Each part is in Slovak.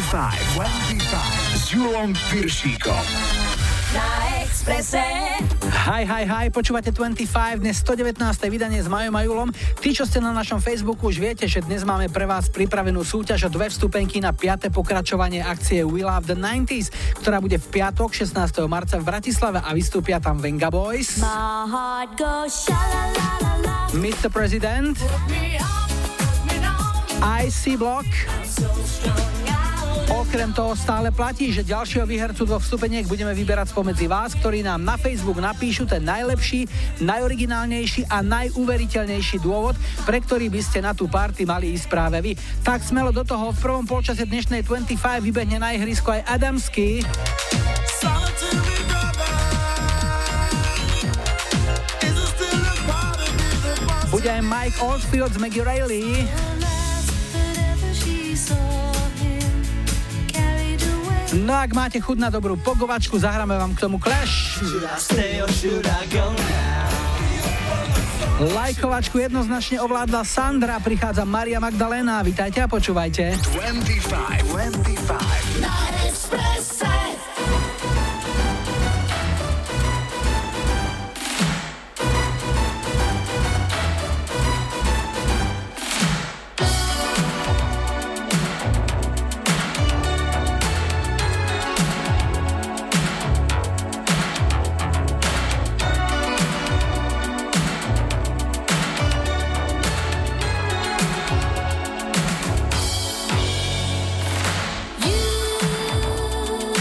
s Julom Piršíkom. Na Expresse. Hi, počúvate 25, dnes 119. vydanie s Majom a Julom. Tí, čo ste na našom Facebooku, už viete, že dnes máme pre vás pripravenú súťaž o 2 vstupenky na 5. pokračovanie akcie We Love the 90s, ktorá bude v piatok 16. marca v Bratislave a vystúpia tam Venga Boys, Mr. President, IC Block. Okrem toho stále platí, že ďalšieho výhercu 2 vstupeniek budeme vyberať spomedzi vás, ktorí nám na Facebook napíšu ten najlepší, najoriginálnejší a najúveriteľnejší dôvod, pre ktorý by ste na tú party mali ísť práve vy. Tak smelo do toho, v prvom polčase dnešnej 25 vybehne na ihrisko aj Adamsky. Bude aj Mike Oldfield z Maggie Reilly. No ak máte chuť na dobrú pogovačku, zahráme vám k tomu Clash. Lajkovačku jednoznačne ovládla Sandra, prichádza Maria Magdalena. Vítajte a počúvajte. 25 Na Expresse. You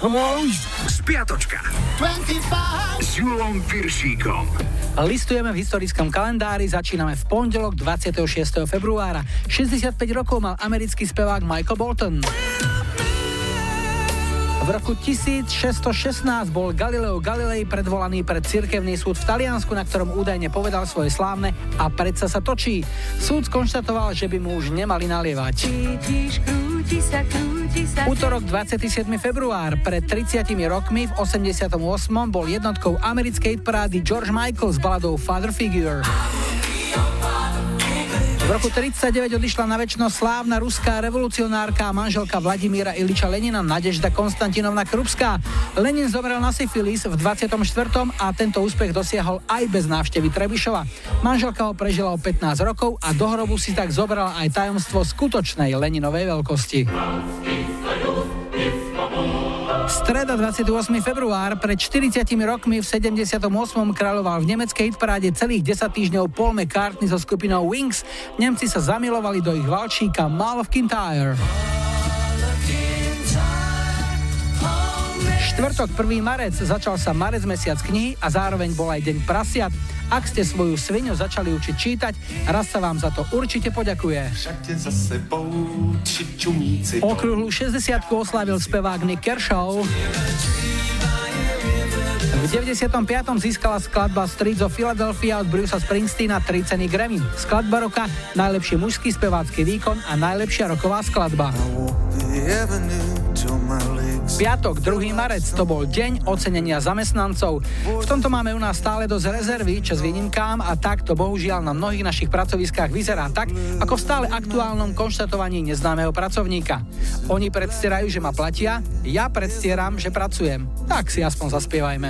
Spiatočka 25 s Julom Piršíkom. Listujeme v historickom kalendári, začíname v pondelok 26. februára. 65 rokov mal americký spevák Michael Bolton. V roku 1616 bol Galileo Galilei predvolaný pred cirkevný súd v Taliansku, na ktorom údajne povedal svoje slávne "a predsa sa točí". Súd skonštatoval, že by mu už nemali nalievať. Utorok 27. február, pred 30 rokmi v 88. bol jednotkou americkej hitparády George Michael s baladou Father Figure. V roku 1939 odišla na večnosť slávna ruská revolucionárka a manželka Vladimíra Iliča Lenina Nadežda Konstantinovna Krupská. Lenin zomrel na syfilis v 24. a tento úspech dosiahol aj bez návštevy Trebišova. Manželka ho prežila o 15 rokov a do hrobu si tak zobrala aj tajomstvo skutočnej Leninovej veľkosti. Streda 28. február, pred 40 rokmi v 78. kráľoval v nemeckej hitparáde celých 10 týždňov Paul McCartney so skupinou Wings. Nemci sa zamilovali do ich valčíka Mall of Kintyre. Štvrtok 1. marec, začal sa marec mesiac knihy a zároveň bol aj deň prasiat. Ak ste svoju svinu začali učiť čítať, raz sa vám za to určite poďakuje. Okrúhlu 60-ku oslávil spevák Nick Kershaw. V 95. získala skladba Streets of Philadelphia od Brucea Springsteena 3 ceny Grammy. Skladba roka, najlepší mužský spevácky výkon a najlepšia roková skladba. Piatok, 2. marec, to bol deň ocenenia zamestnancov. V tomto máme u nás stále dosť rezervy, čas výnimkám a takto bohužiaľ na mnohých našich pracoviskách vyzerá tak, ako v stále aktuálnom konštatovaní neznámeho pracovníka. Oni predstierajú, že ma platia, ja predstieram, že pracujem. Tak si aspoň zaspievajme.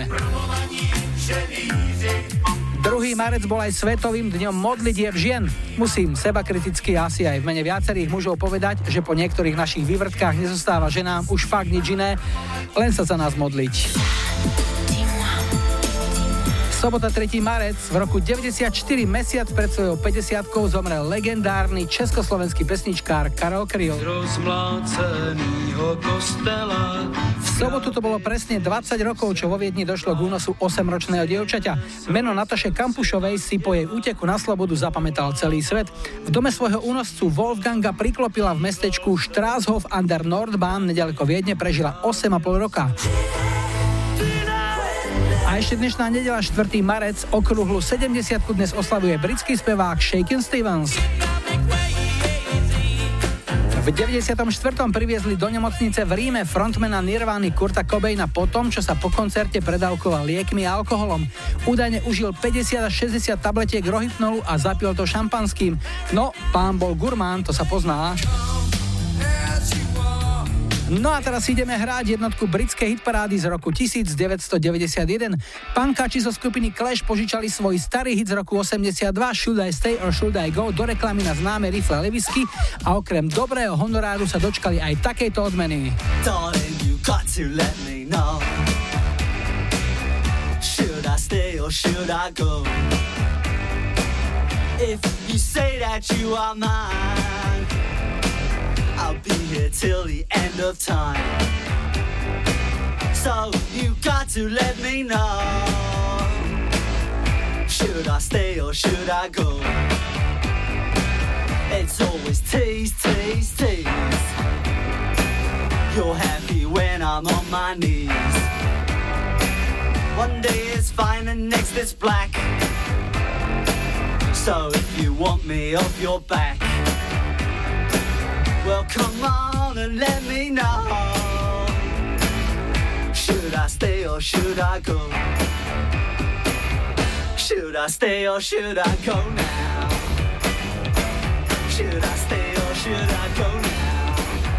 2. marec bol aj svetovým dňom modlitieb žien. Musím sebakriticky asi aj v mene viacerých mužov povedať, že po niektorých našich vývrtkách nezostáva ženám už fakt nič iné, len sa za nás modliť. Sobota 3. marec, v roku 94, mesiac pred svojou 50-kou, zomrel legendárny československý pesničkár Karel Kryl. V sobotu to bolo presne 20 rokov, čo vo Viedni došlo k únosu 8-ročného dievčaťa. Meno Nataše Kampušovej si po jej úteku na slobodu zapamätal celý svet. V dome svojho únoscu Wolfganga priklopila v mestečku Straßhof an der Nordbahn nedaleko Viedne, prežila 8,5 roka. A ešte dnešná nedeľa 4. marec, okrúhlu 70-ku dnes oslavuje britský spevák Shakin' Stevens. V 94. priviezli do nemocnice v Ríme frontmana Nirvány Kurta Cobaina po tom, čo sa po koncerte predávkoval liekmi a alkoholom. Údajne užil 50 až 60 tabletiek rohypnolu a zapil to šampanským. No, pán bol gurmán, to sa pozná. No a teraz ideme hrať jednotku britskej hitparády z roku 1991. Pankáči zo skupiny Clash požičali svoj starý hit z roku 82 Should I Stay or Should I Go do reklamy na známe rifle Levisky a okrem dobrého honoráru sa dočkali aj takejto odmeny. Darling, you got to let me know. Should I stay or should I go? If you say that you are mine, I'll be here till the end of time. So you got to let me know. Should I stay or should I go? It's always tease, tease, tease. You're happy when I'm on my knees. One day it's fine and next it's black. So if you want me off your back, well, come on and let me know. Should I stay or should I go? Should I stay or should I go now? Should I stay or should I go now?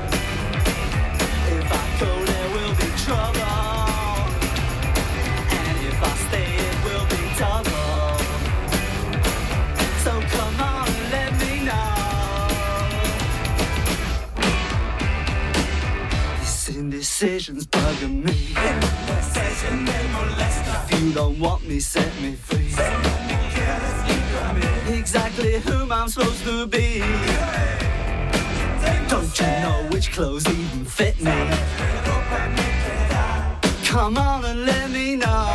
If I go, there will be trouble. And if I stay, it will be double. So come on and let me know. Indecision's bugging me. If you don't want me, set me free. Exactly whom I'm supposed to be. Don't you know which clothes even fit me? Come on and let me know.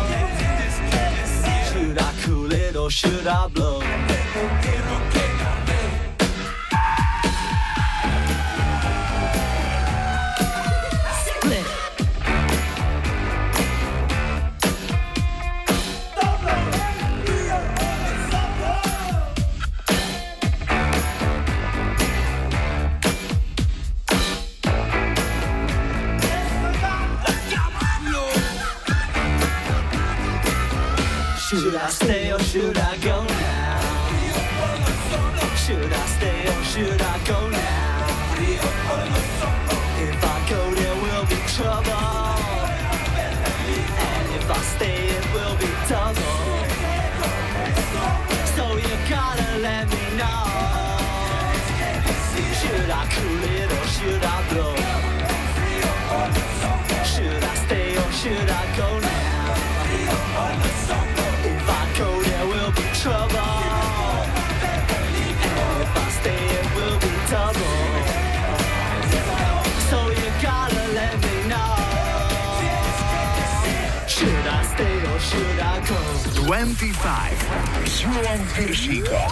Should I cool it or should I blow? Split. Should I stay or should I go now? Should I stay or should I go now? If I go there will be trouble, and if I stay it will be double. So you gotta let me know. Should I cool it or should I blow? Should I stay or should I go now? If I go there will be trouble, and if I stay it will be double. So you gotta let me know. Should I stay or should I go? 25 s Julom Piršíkom.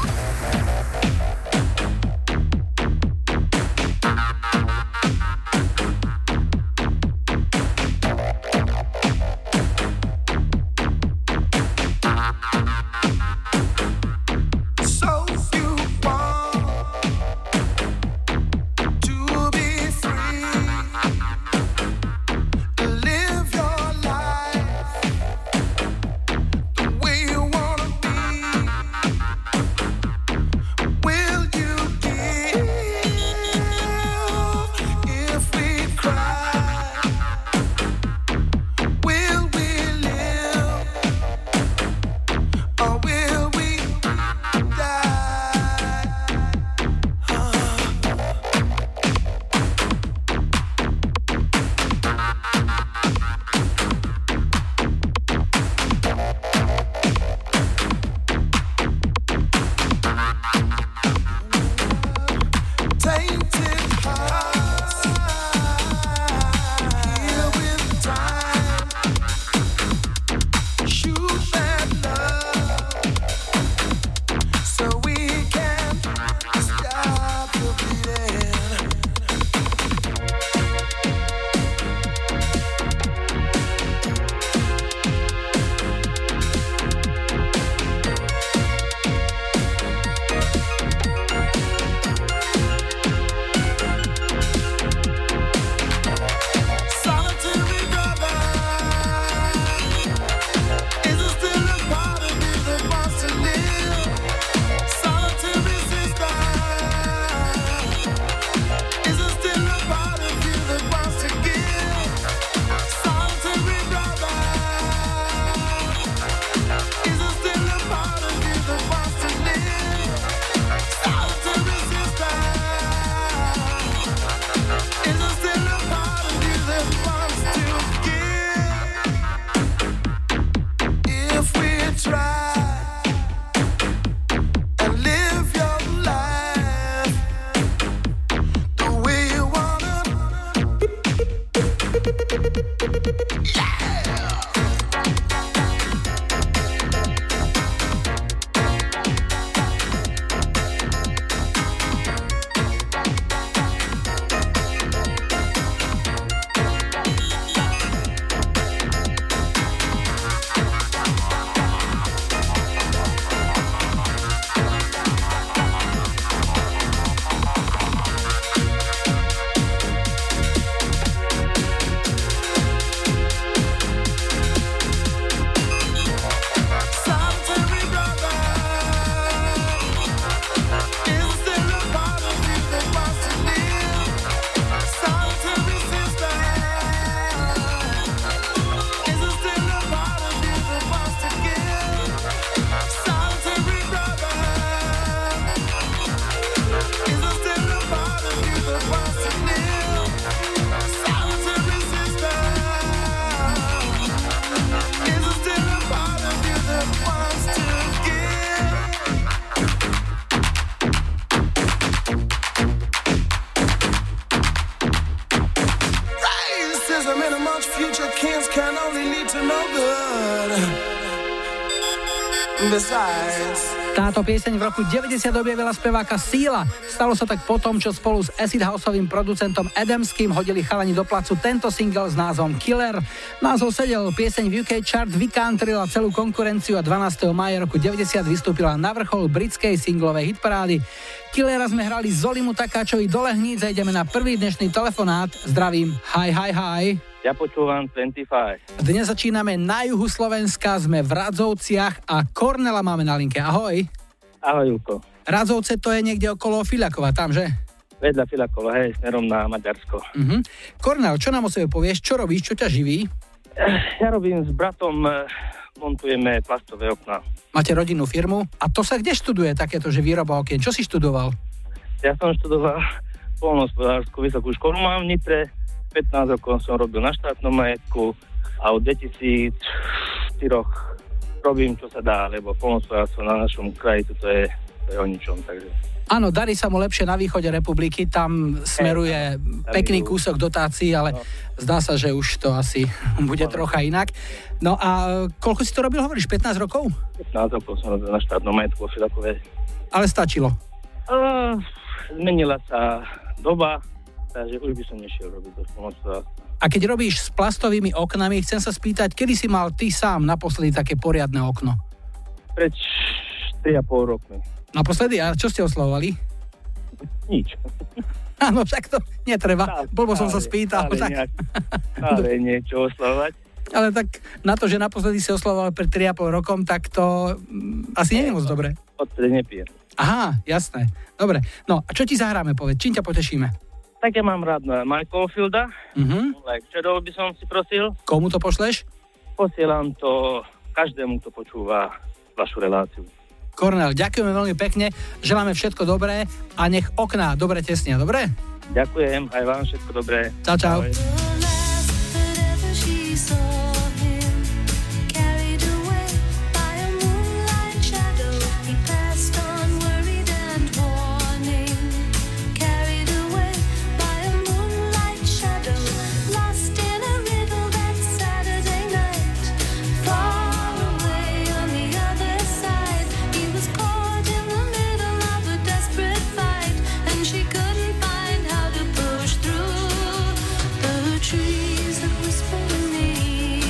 much future can only lead to no good. Besides, táto pieseň v roku 90 objavila speváka Seala. Stalo sa tak potom, čo spolu s Acid Houseovým producentom Adamským hodili chalani do placu tento single s názvom Killer. Názov sedel, pieseň v UK chart vykantrila celú konkurenciu a 12. mája roku 90 vystúpila na vrchol britskej singlovej hitparády. Killera sme hrali Zolimu Takáčovi do Lehníc a ideme na prvý dnešný telefonát. Zdravím, hi. Ja počúvam 25. Dnes začíname na juhu Slovenska, sme v Radzovciach a Kornela máme na linke. Ahoj. Ahoj, Júko. Radzovce to je niekde okolo Filiakova, tam, že? Vedľa Filakova, hej, smerom na Maďarsko. Kornel, čo nám o sebe povieš? Čo robíš? Čo ťa živí? Ja robím s bratom, montujeme plastové okná. Máte rodinnú firmu? A to sa kde študuje takéto, že výroba okien? Čo si študoval? Ja som študoval poľnohospodárskú vysokú školu, mám v Nitre. 15 rokov som robil na štátnom majetku a od 2004 robím, čo sa dá, lebo poľnohospodárstvo na našom kraji to je o ničom, takže... Áno, darí sa mu lepšie na východe republiky, tam smeruje pekný kúsok dotácií, ale zdá sa, že už to asi bude trocha inak. No a koľko si to robil, hovoríš, 15 rokov? 15 rokov som robil na štátnom majetku vo Filakove. Ale stačilo? Zmenila sa doba, takže už by som nešiel robiť do poľnohospodárstva. A keď robíš s plastovými oknami, chcem sa spýtať, kedy si mal ty sám naposledy také poriadne okno? Pred 3,5 rokmi. Naposledy? A čo ste oslavovali? Nič. Áno, však to netreba. Blbo som sa spýtal. Ale niečo oslavovať. Ale tak na to, že naposledy si oslavoval pred 3,5 rokom, tak to asi nie je moc dobré. Odtedy nepijem. Aha, jasné. Dobre. No a čo ti zahráme, povedz? Čím ťa potešíme? Tak ja mám rád na Michael Fielda. Like Shadow by som si prosil. Komu to pošleš? Posielam to každému, kto počúva vašu reláciu. Kornel, ďakujeme veľmi pekne, želáme všetko dobré a nech okná dobre tesnia, dobre? Ďakujem, aj vám všetko dobré. Čau, čau. Ahoj. Trees that whisper to me.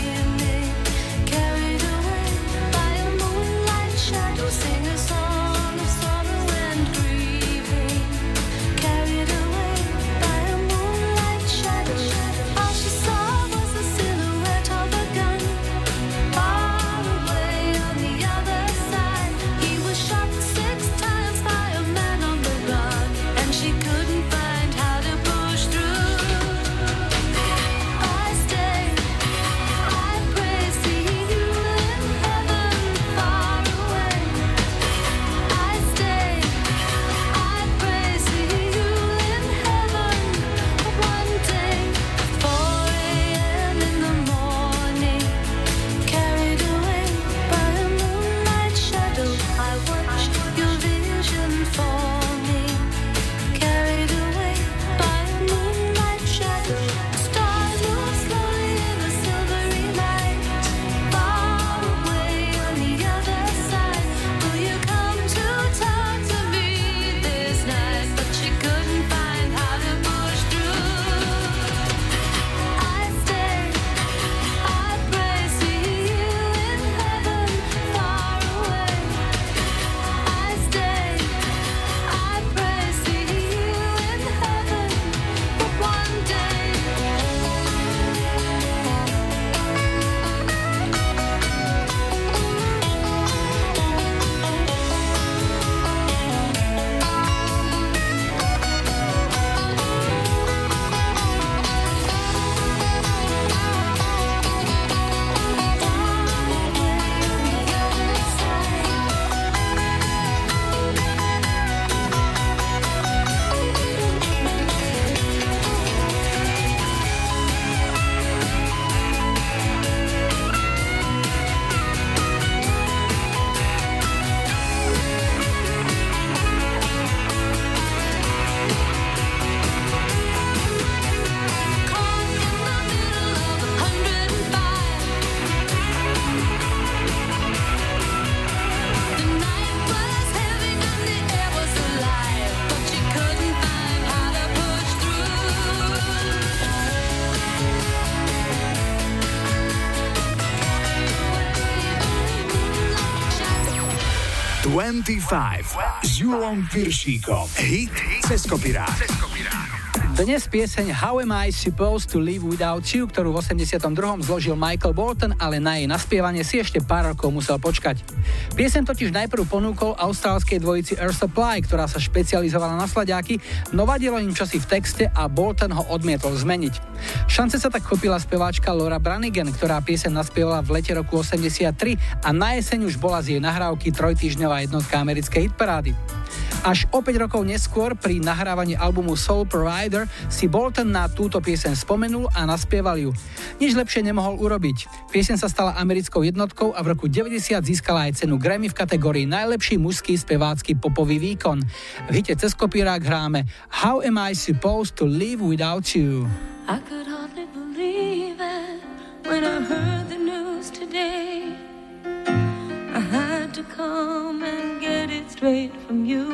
25 s Julom Piršíkom. Hit cez kopirák. Dnes pieseň How Am I Supposed to Live Without You, ktorú v 82. zložil Michael Bolton, ale na jej naspievanie si ešte pár rokov musel počkať. Pieseň totiž najprv ponúkol austrálskej dvojici Air Supply, ktorá sa špecializovala na slaďáky, no vadilo im čosi v texte a Bolton ho odmietol zmeniť. Šance sa tak chopila speváčka Laura Branigan, ktorá pieseň naspievala v lete roku 83 a na jeseň už bola z jej nahrávky trojtýždňová jednotka americkej hitparády. Až o 5 rokov neskôr pri nahrávaní albumu Soul Provider si Bolton na túto pieseň spomenul a naspieval ju. Nič lepšie nemohol urobiť. Pieseň sa stala americkou jednotkou a v roku 90 získala aj cenu Grammy v kategórii najlepší mužský spevácky popový výkon. V hite cez kopírák hráme How Am I Supposed to Live Without You. I could hardly believe it when I heard the news today. I had to come and get it straight from you.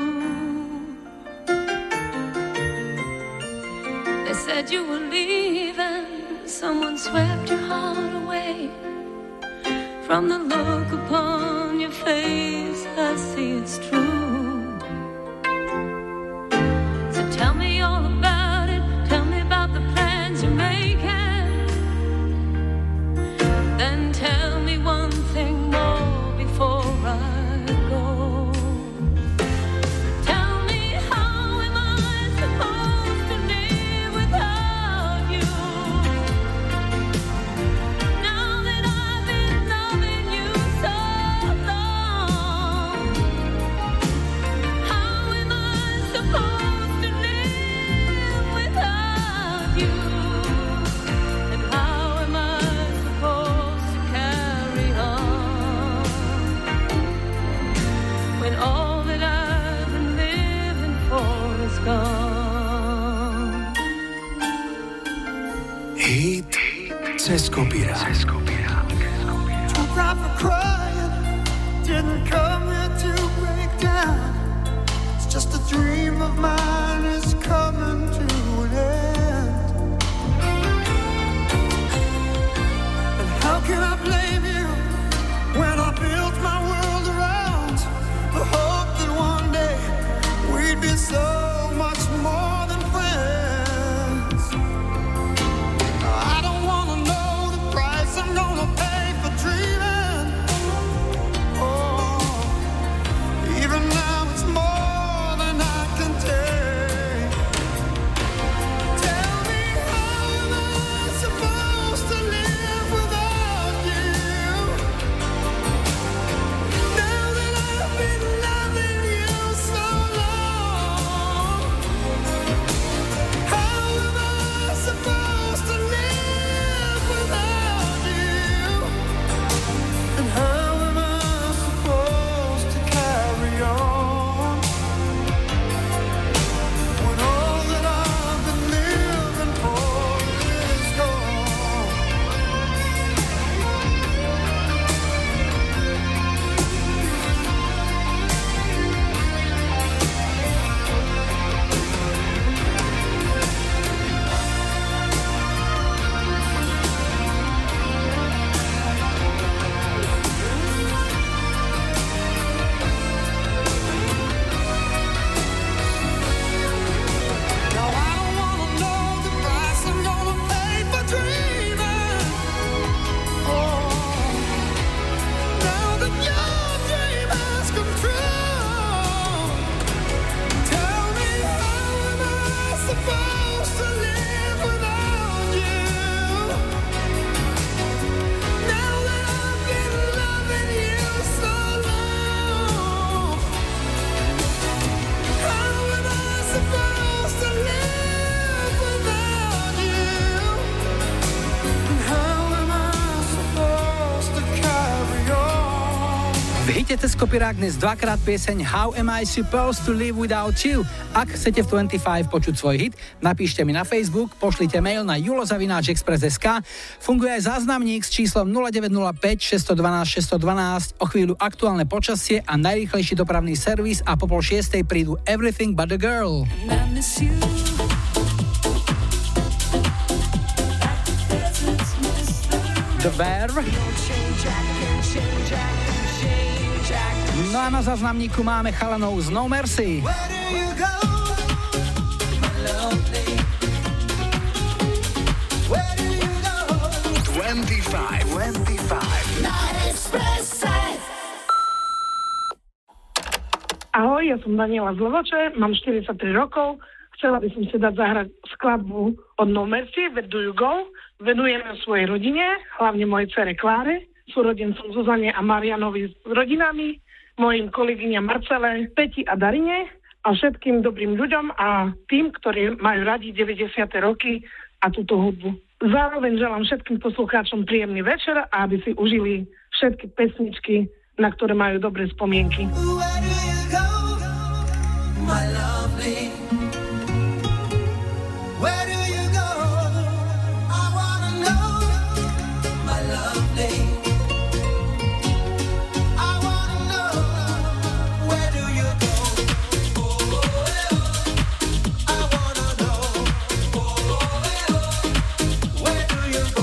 They said you were leaving, someone swept your heart away. From the look upon your face, I see it's true. So tell me all about it, tell me about the plans you're making. Then tell me one thing more before I go. Tell me, how am I supposed to live without you? Now that I've been loving you so long, how am I supposed to live without you? And how am I supposed to carry on when all that I've been living for is gone? Hit cez kopirák. Too proud for crying, didn't come here to break down. It's just a dream of mine is coming to an end. And how can I blame you when I built my world around the hope that one day we'd be so much more than friends? I don't wanna know the price I'm gonna pay for dreaming. Oh, even now it's more than I can take. Tell me, how am I supposed to live without you? Now that I've been loving you so long, how am I supposed to live without you? And how am I supposed to carry on when all that I've been living for is gone? Now I don't wanna know the price I'm gonna pay for dreaming. Oh, now that your dream has come true, tell me, how am I supposed to live without you? Now that I've been loving you so long, how am I supposed to live without you? And how am I supposed to carry on? V hite cez kopirák dnes dvakrát pieseň How Am I Supposed to Live Without You. Ak chcete v 25 počuť svoj hit, napíšte mi na Facebook, pošlite mail na julo@express.sk. Funguje aj záznamník s číslom 0905 612 612. O chvíľu aktuálne počasie a najrýchlejší dopravný servis a po 5:30 prídu Everything But a Girl. I miss you. The Verve, No a na záznamníku máme chalanov z No Mercy. 25 na Expresse. Ahoj, ja som Daniela z Levoče, mám 43 rokov. Chcela by som si dať zahrať skladbu od No Mercy, Where Do You Go. Venujeme svojej rodine, hlavne mojej dcere Kláre, súrodencom Zuzane a Marianovi s rodinami, mojim kolegyňam Marcele, Peti a Darine a všetkým dobrým ľuďom a tým, ktorí majú radi 90. roky a túto hudbu. Zároveň želám všetkým poslucháčom príjemný večer a aby si užili všetky pesničky, na ktoré majú dobré spomienky. Where do you go, my lovely? Where do you go? I wanna know, my lovely. I wanna know, where do you go? I wanna know, where do you go?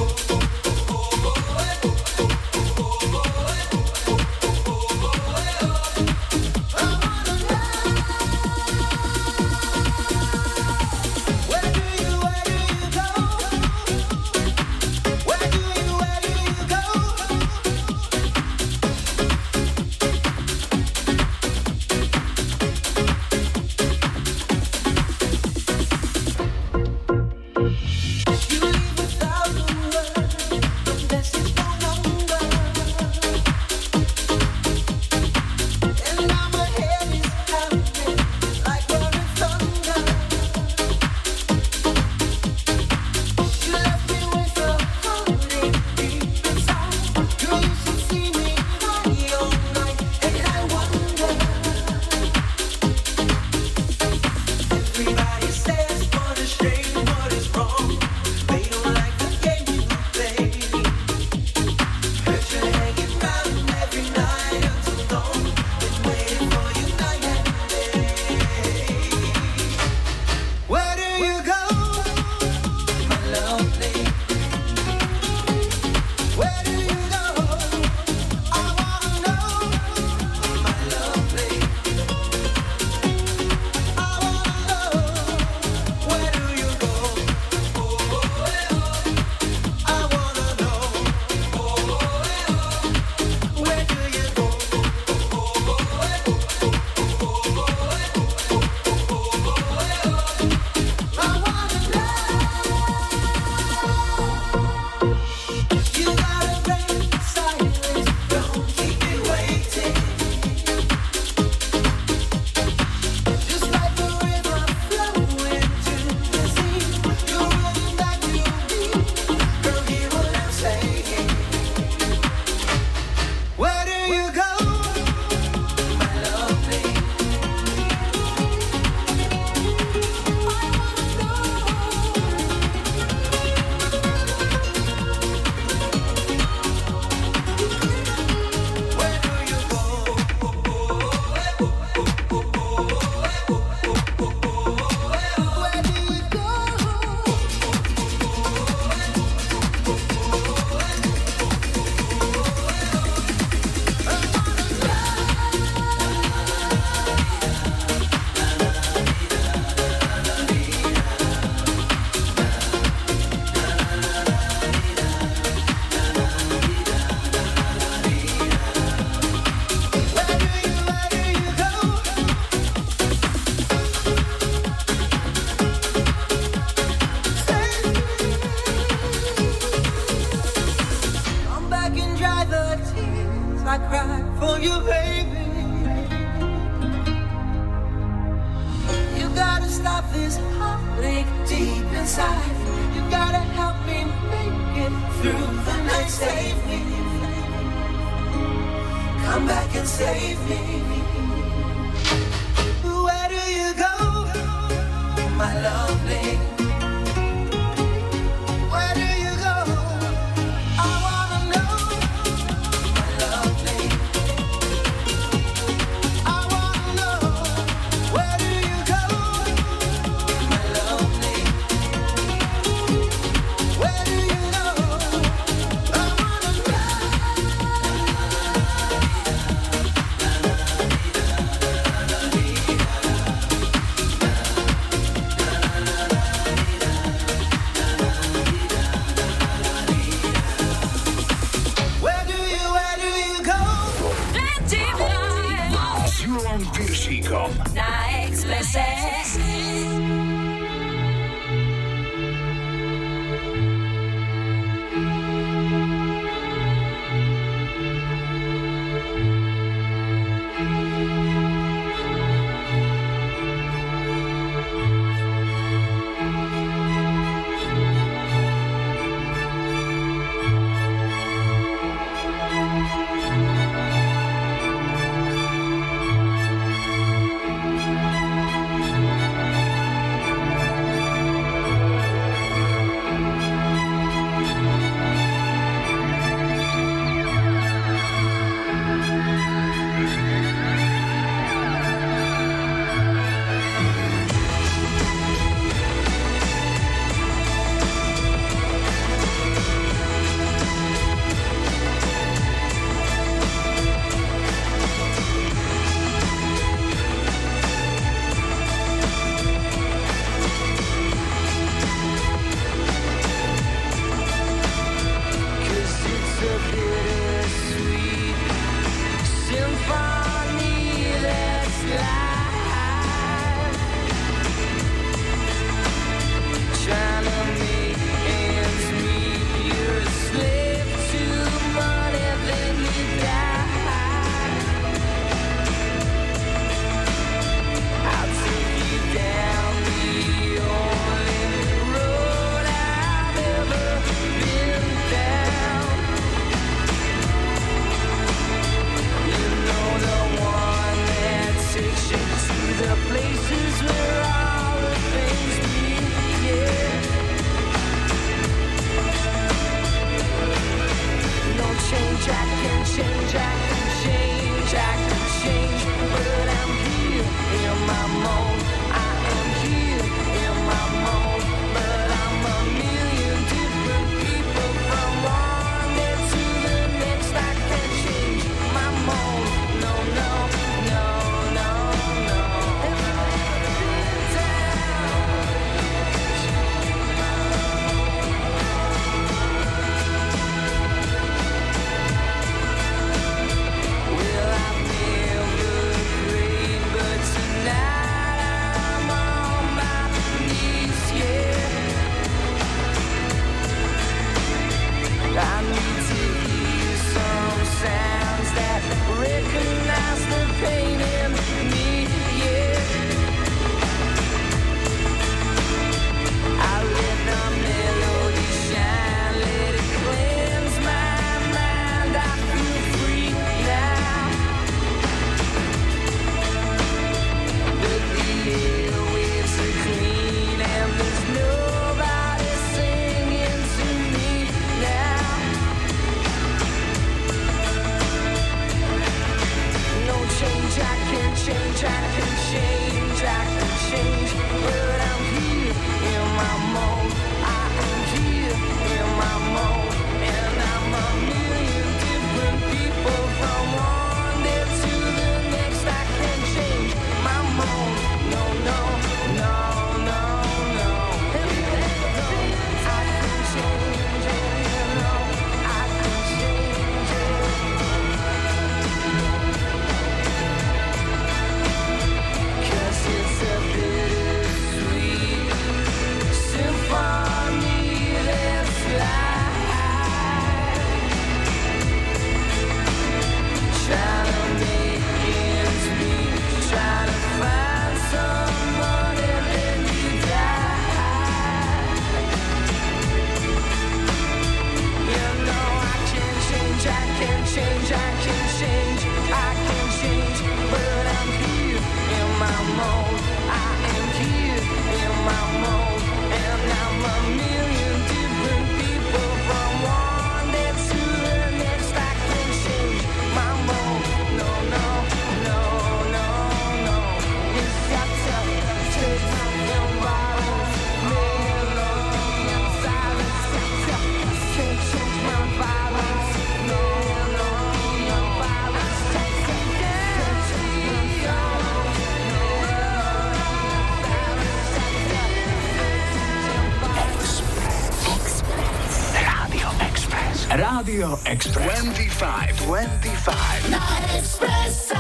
Radio Express 25 Na Expresse.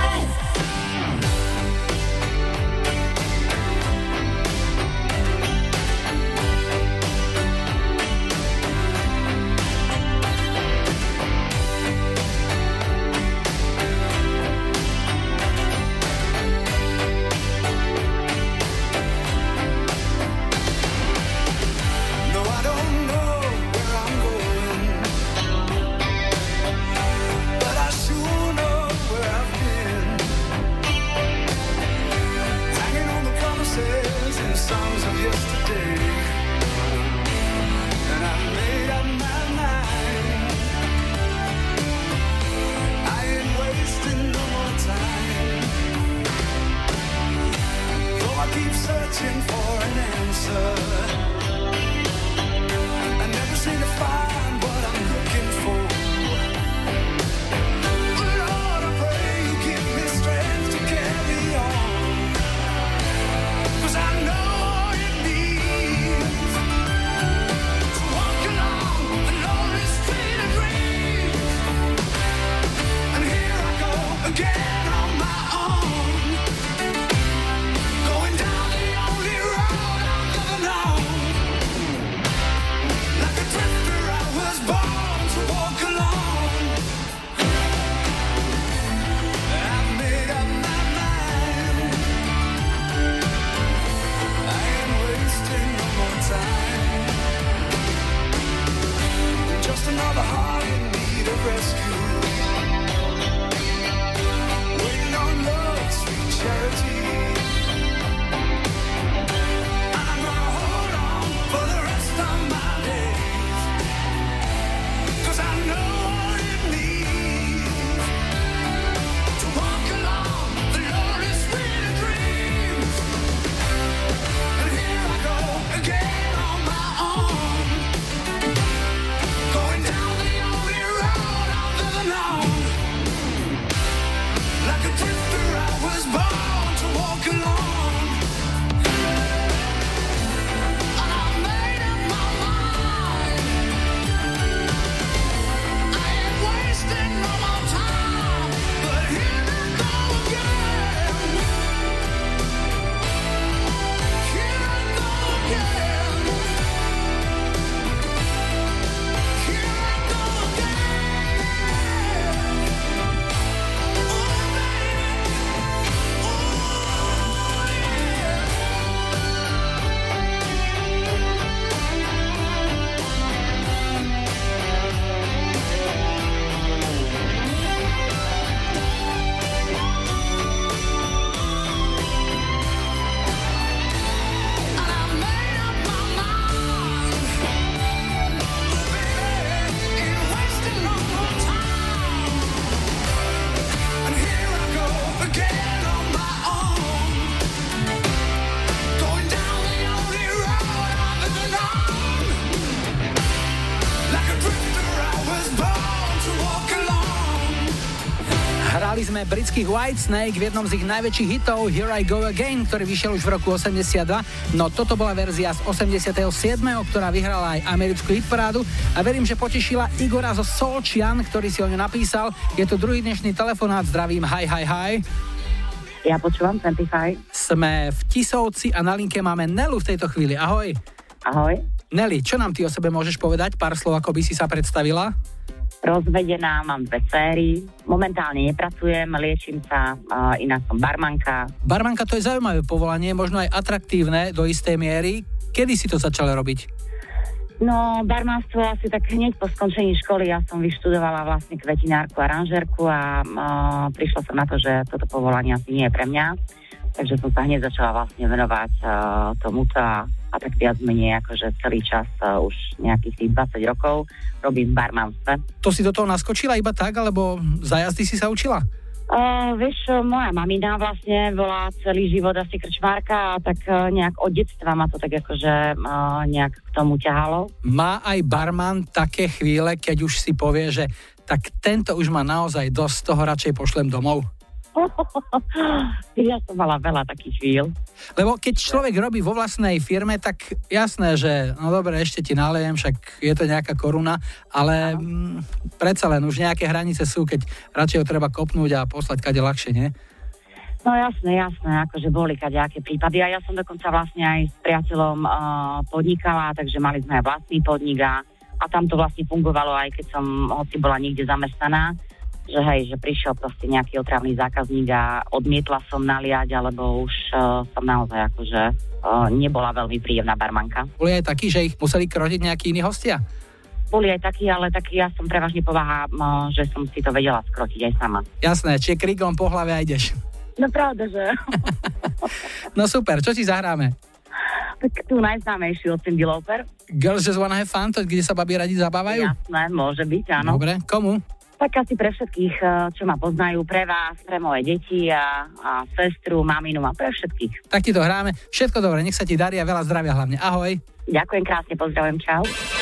Searching for an answer. I never seem to find what I'm looking for. Lord, I pray you give me strength to carry on. 'Cause I know what it means to walk along the lonely street of dreams. And here I go again on my own. Another heart in need of rescue, waiting on love's sweet charity. And I'm gonna hold on for the rest of my days, 'cause I know what it means to walk along the lonely street of dreams. And here I go again on my own. Like a drifter, I was born to walk alone. And I made up my mind. I ain't wasting no more time. But here I go again. Here I go again. Here I go again. Hrali sme britských Whitesnake v jednom z ich najväčších hitov Here I Go Again, ktorý vyšiel už v roku 82. No toto bola verzia z 87., ktorá vyhrala aj americkú hitparádu a verím, že potešila Igora zo Solčian, ktorý si o ňu napísal. Je tu druhý dnešný telefonát, zdravím, hi. Ja počúvam 25. Sme v Tisovci a na linke máme Nelu v tejto chvíli. Ahoj. Ahoj. Neli, čo nám ty o sebe môžeš povedať? Pár slov, ako by si sa predstavila? Rozvedená, mám 2 céry, momentálne nepracujem, liečím sa, inak som barmanka. Barmanka, to je zaujímavé povolanie, možno aj atraktívne do istej miery. Kedy si to začala robiť? No, barmanstvo asi tak hneď po skončení školy. Ja som vyštudovala vlastne kvetinárku, aranžérku a prišla som na to, že toto povolanie asi nie je pre mňa. Takže som sa hneď začala vlastne venovať tomuto a tak viac menej akože celý čas už nejakých tých 20 rokov robím v barmanstve. To si do toho naskočila iba tak, alebo za jazdy si sa učila? Vieš, moja mamina vlastne bola celý život asi krčmárka a tak nejak od detstva ma to tak akože nejak k tomu ťahalo. Má aj barman také chvíle, keď už si povie, že tak tento už má naozaj dosť, toho radšej pošlem domov? Ja som mala veľa takých chvíľ. Lebo keď človek robí vo vlastnej firme, tak jasné, že no dobre, ešte ti nalejem, však je to nejaká koruna, ale predsa len už nejaké hranice sú, keď radšej ho treba kopnúť a poslať kade ľahšie, nie? No jasné, akože boli kadejaké prípady a ja som dokonca vlastne aj s priateľom podnikala, takže mali sme aj vlastný podnik a tam to vlastne fungovalo, aj keď som hoci bola niekde zamestnaná, že hej, že prišiel proste nejaký otravný zákazník a odmietla som naliať, alebo už som naozaj akože nebola veľmi príjemná barmanka. Boli aj takí, že ich museli krotiť nejakí iní hostia? Boli aj takí, ale taký ja som prevažne povaha, že som si to vedela skrotiť aj sama. Jasné, čiže kríkom po hlave a ideš. No pravda, že? No super, čo ti zahráme? Tak tú najznámejšiu od Cyndi Lauper. Girls Just Wanna Have Fun, to kde sa babi radi zabávajú? Jasné, môže byť, áno. Dobre, komu? Tak asi pre všetkých, čo ma poznajú, pre vás, pre moje deti a sestru, maminu a pre všetkých. Tak ti to hráme. Všetko dobre, nech sa ti darí a veľa zdravia hlavne. Ahoj. Ďakujem krásne, pozdravujem, čau.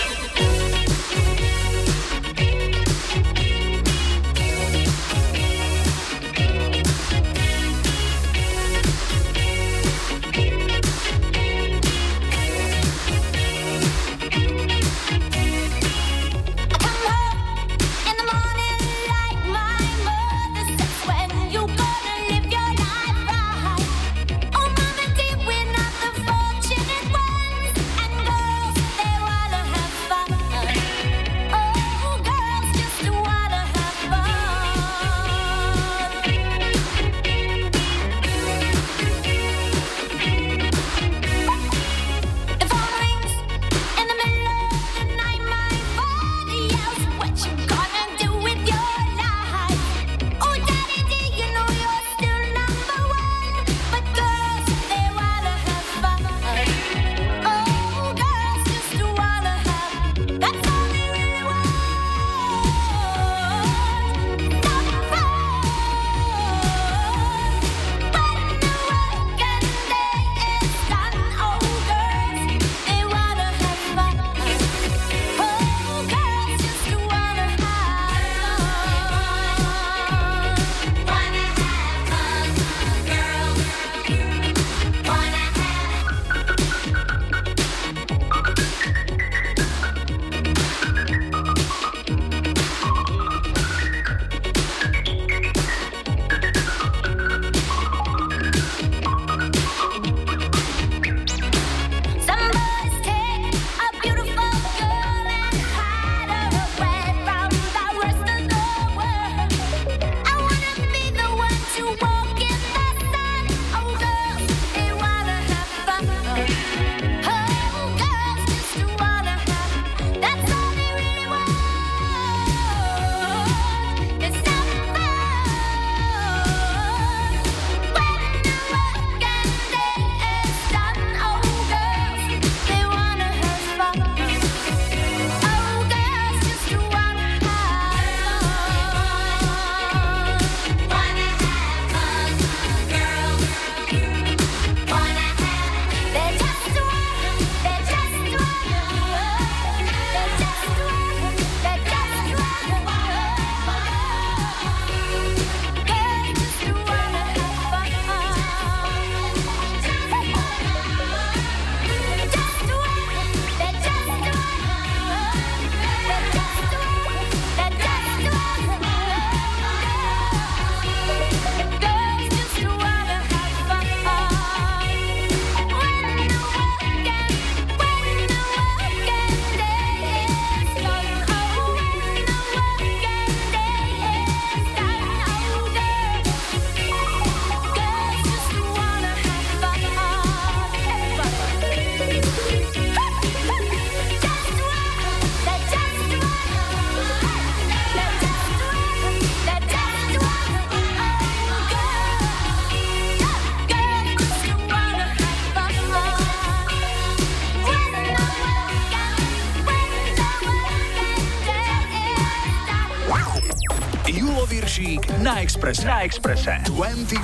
Na Expresse. Na Expresse. 25.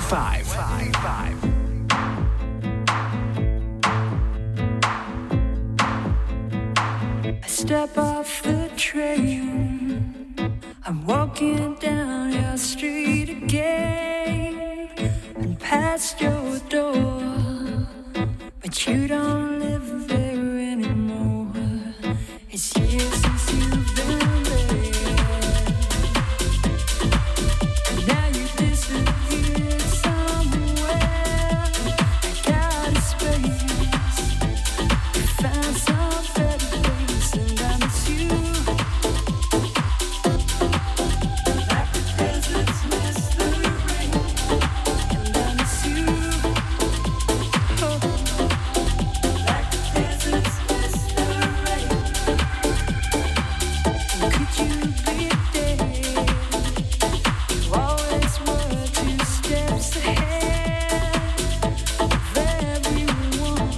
I step off the train. I'm walking down your street again. past your door, but you don't live there anymore. It's years since you've been there, and now you disappeared somewhere. I got a space, you found some better place, and I miss you. Like the deserts miss the rain, and I miss you. Oh, like the deserts miss the rain. And could you be there? You always were 2 steps ahead of everyone.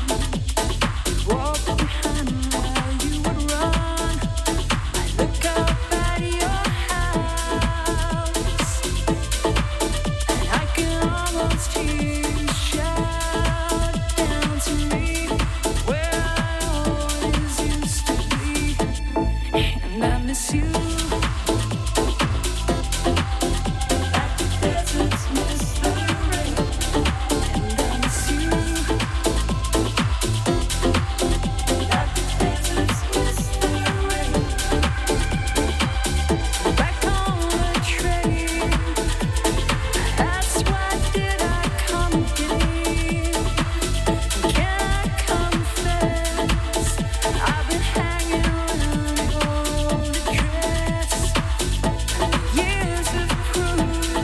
Walk behind while you would run. I look up at your house, and I can almost hear you shout down to me where I always used to be, and I miss you. Like the deserts miss the rain, and I miss you. Like the deserts miss the rain. Back on the train, that's why did I come again? Can I confess, I've been hanging around your old address. Years have proved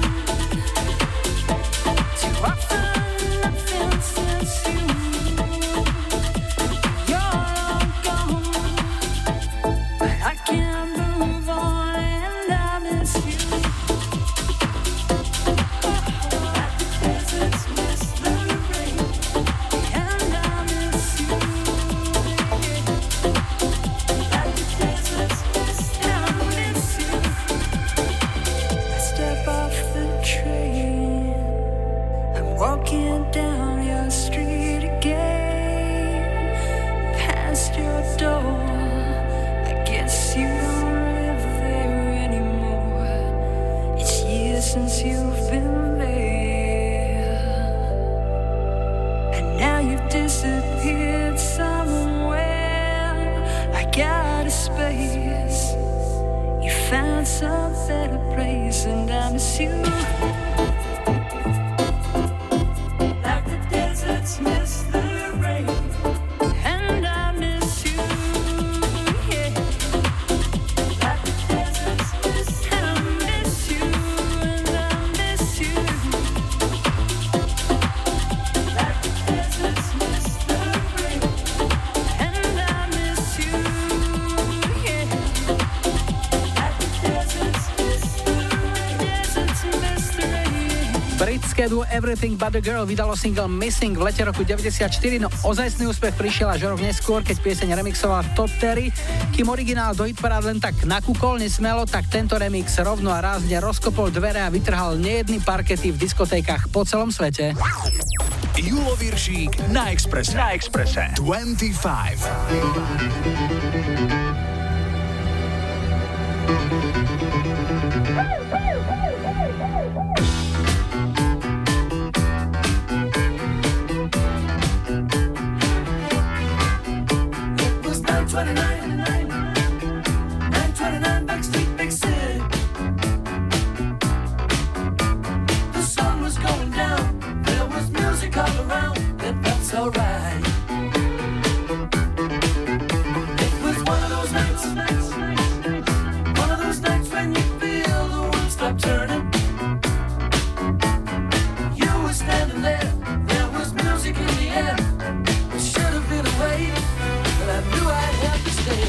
too often nothing since you're long gone, but I can't move on and I miss you. Like the deserts miss the rain, and I miss you. Like the deserts miss the rain, I miss you. I step off the train, I'm walking down your street again, past your door. I guess you don't live there anymore. It's years since you've been there, and now you've disappeared somewhere. I got a space, you found some better place, and I miss you. Like the deserts miss the rain, and I miss you. Yeah. Like the deserts miss the rain, and I miss you, and I miss you. Like the deserts miss the rain, and I miss you. Yeah. Like the deserts miss the rain, deserts miss the rain. Britské duo Everything But The Girl vydalo single Missing v lete roku 94, no ozajstný úspech prišiel až rok neskôr, keď pieseň remixoval Todd Terry. Kým originál do hitparád len tak nakúkol nesmelo, tak tento remix rovno a rázne rozkopol dvere a vytrhal nejedny parkety v diskotékach po celom svete. Julo Viršík na Expresse. Na Expresse. 25. It was 9:29, 9:29 Backstreet Big City. The sun was going down, there was music all around, and that's alright. It was one of those nights when you feel the world stop turning. You were standing there, there was music in the air. It should have been away, but I knew I'd have to stay.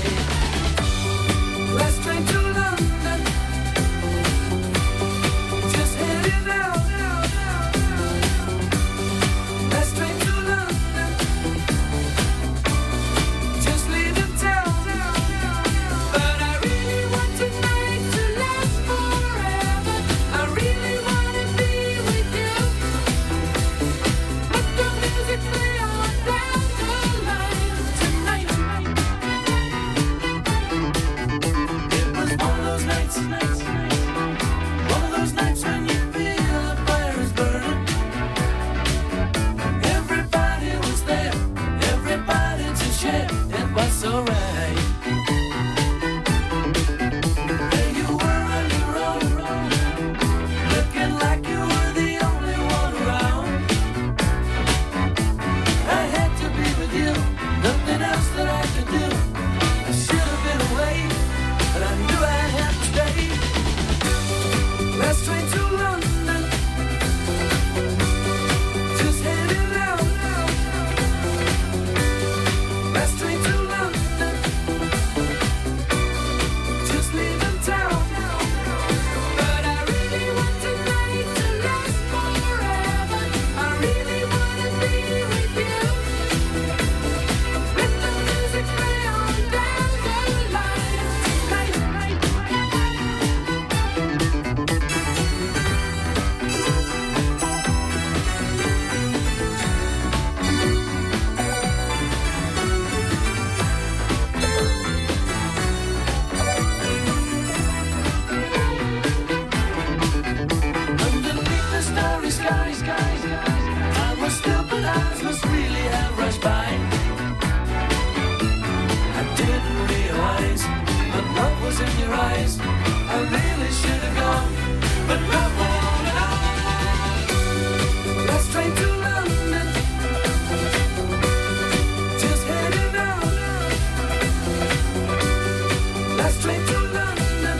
so right. And you were on your own, looking like you were the only one around. I had to be with you, nothing else that I could do. I should have been away, but I knew I had to stay. Last train to London, just heading out. Last train to London, just leaving town. But I really want tonight to last forever. I really wanna be with you. Let the music play on down the line tonight. Underneath the starry skies, time was still, but eyes must really have rushed by. I didn't realize that love was in your eyes. I really should have gone, but love went on and on. Last train to London, just heading out. Last train to London,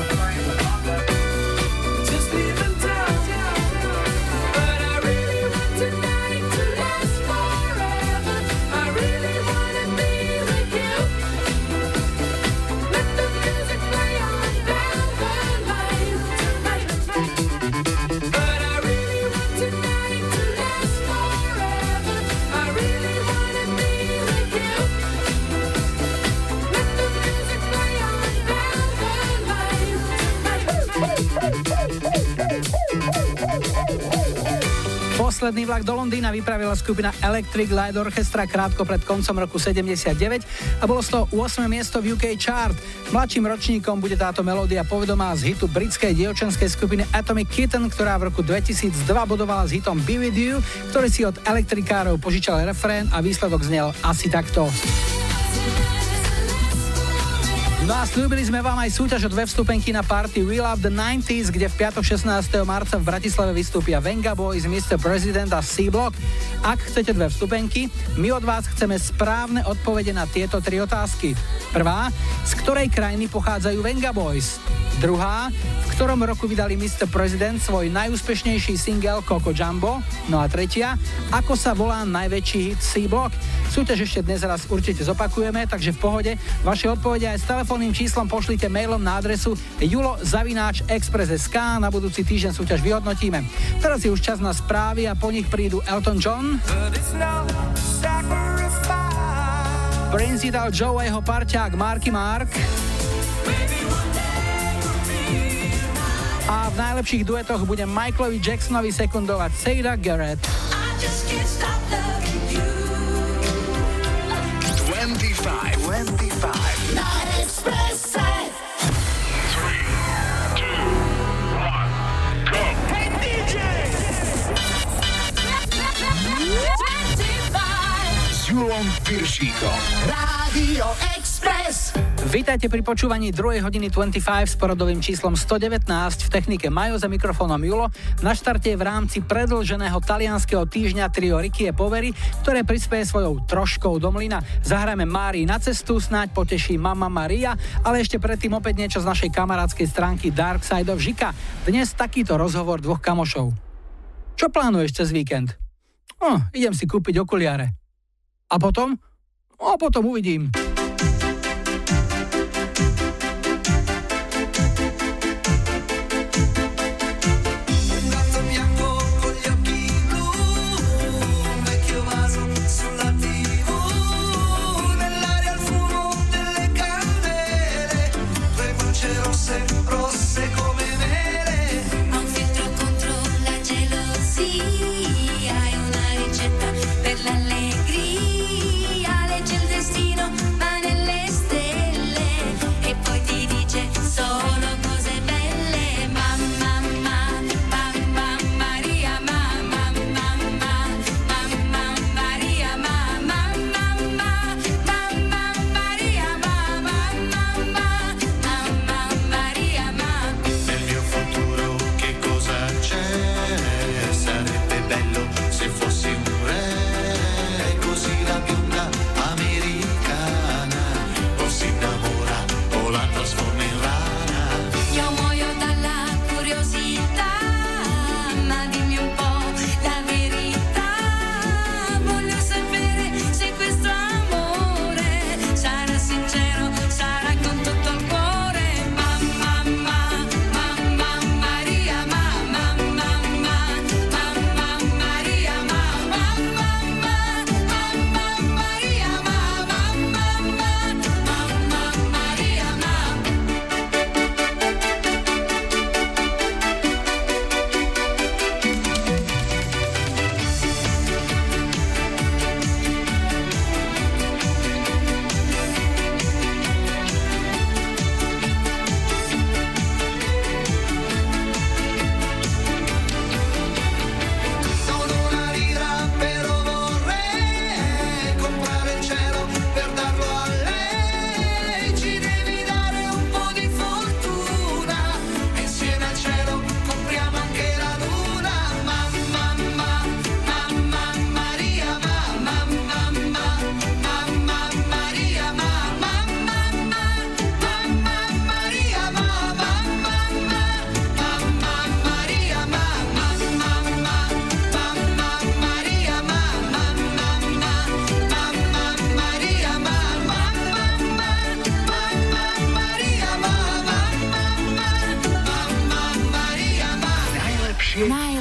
just leaving town. But I really want tonight to last forever. I really wanna be with you. Let the music play on down the line tonight. But I really want tonight to last forever. I really wanna be with you. Let the music play on down the line tonight. Posledný vlak do Londýna vypravila skupina Electric Light Orchestra krátko pred koncom roku 79 a bolo z toho 8. miesto v UK chart. Mladším ročníkom bude táto melódia povedomá z hitu britskej dievčenskej skupiny Atomic Kitten, ktorá v roku 2002 bodovala s hitom Be With You, ktorý si od elektrikárov požičal refrén a výsledok znel asi takto. No a slúbili sme vám aj súťaž o 2 vstupenky na party We Love the 90s, kde v piatok 16. marca v Bratislave vystúpia Venga Boys, Mr. President a C-Block. Ak chcete 2 vstupenky, my od vás chceme správne odpovede na tieto 3 otázky. Prvá, z ktorej krajiny pochádzajú Venga Boys? Druhá, v ktorom roku vydali Mr. President svoj najúspešnejší single Coco Jumbo? No a tretia, ako sa volá najväčší hit C-Block? Súťaž ešte dnes raz určite zopakujeme, takže v pohode. Vaše odpovede aj s telefónnym číslom pošlite mailom na adresu julo@express.sk. Na budúci týždeň súťaž vyhodnotíme. Teraz je už čas na správy a po nich prídu Elton John, Prince dal Joe a jeho parťák Marky Mark a v najlepších duetoch bude Michaelovi Jacksonovi sekundovať Seyda Garrett. 25 Na Expresse. 3, 2, 1, go! Hey DJ! 25. S Julom Piršíkom. Rádio Express. Vítajte pri počúvaní 2. hodiny 25 s poradovým číslom 119. V technike Majo, za mikrofónom Julo. Na štarte v rámci predĺženého talianskeho týždňa trio Ricky e Poveri, ktoré prispieje svojou troškou do mlyna. Zahrajeme Márii na cestu, snáď poteší Mama Maria, ale ešte predtým opäť niečo z našej kamarádskej stránky Dark Side of Žika. Dnes takýto rozhovor 2 kamošov. Čo plánuješ cez víkend? Idem si kúpiť okuliare. A potom? A potom uvidím. Rosse come mele. Ha un filtro contro la gelosia, hai una ricetta per l'allegria, legge il destino, ma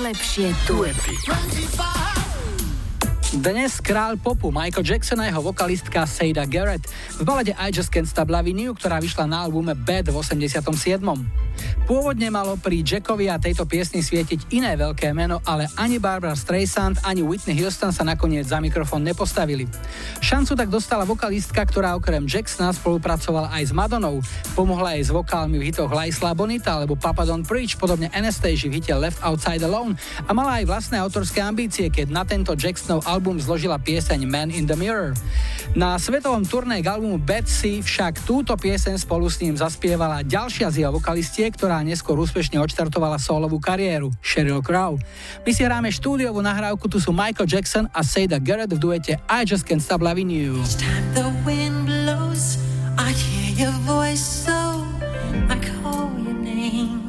najlepšie duety. Dnes kráľ popu Michael Jackson a jeho vokalistka Seda Garrett v balade I Just Can't Stop Loving You, ktorá vyšla na albume Bad v 87. Pôvodne malo pri Jackovi a tejto piesni svietiť iné veľké meno, ale ani Barbara Streisand, ani Whitney Houston sa nakoniec za mikrofón nepostavili. Šancu tak dostala vokalistka, ktorá okrem Jacksona spolupracovala aj s Madonou. Pomohla jej s vokálmi v hitoch La Isla Bonita alebo Papa Don't Preach, podobne Anastasia v hite Left Outside Alone, a mala aj vlastné autorské ambície, keď na tento Jacksonov album zložila pieseň Man in the Mirror. Na svetovom turné k albumu Bad si však túto pieseň spolu s ním zaspievala ďalšia z jeho vokalistiek, ktorá neskôr úspešne odštartovala sólovú kariéru, Sheryl Crow. My si hráme štúdiovú nahrávku, tu sú Michael Jackson a Seda Garrett v duete I Just Can't Stop Loving You. Each time the wind blows, I hear your voice, so I call your name.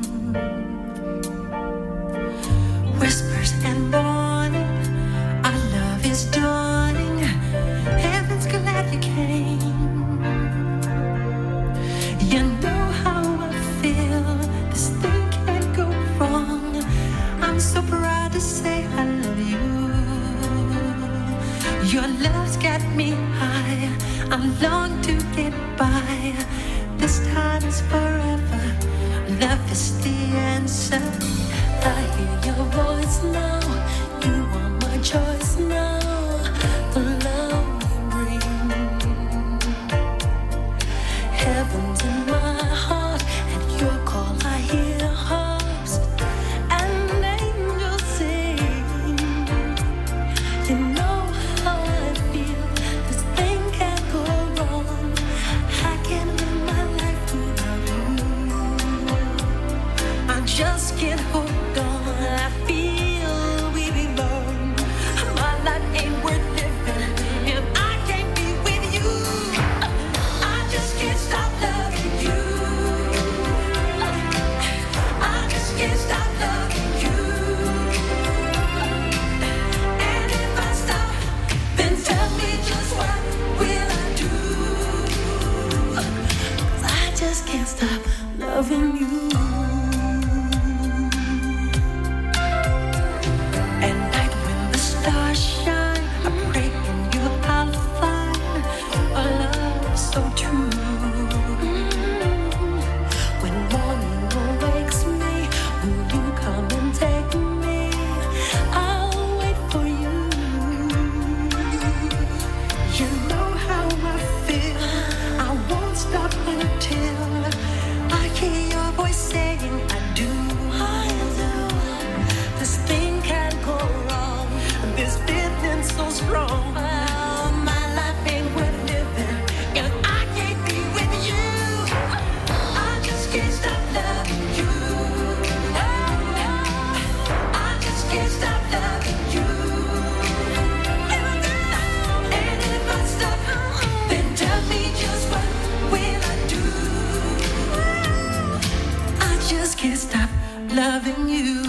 Whispers and warning, our love is dawning. Heaven's glad you came. You know how I feel. This thing can't go wrong. I'm so proud to say I love you. Your love's got me high. I long to get by. This time is forever. Love is the answer. I hear your voice now. You are my choice now. The love you bring. Heaven's in my heart. At your call I hear harps and angels sing. You know how I feel. This thing can't go wrong. I can't live my life without you. I just can't hold on. I feel we belong. My life ain't worth living if I can't be with you. I just can't stop loving you. I just can't stop loving you. And if I stop, then tell me just what will I do? 'Cause I just can't stop loving you. At night when the stars shine, I pray in you I'll find a love so true. When morning awakes me, will you come and take me? I'll wait for you. You know how I feel. I won't stop until I hear your voice saying I do. I do. This thing can't go wrong. This feeling so strong. Oh, my life ain't worth living if I can't be with you. I just can't stop loving you. I just can't stop loving you. And if I stop, then tell me just what will I do? I just can't stop loving you.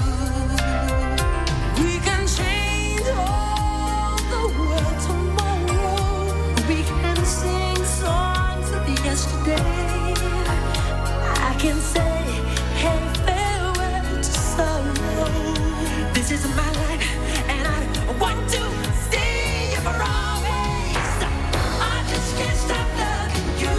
We can change all the world tomorrow. We can sing songs of yesterday. I can say, hey, farewell to sorrow. This is my life, and I want to see you for always. I just can't stop loving you.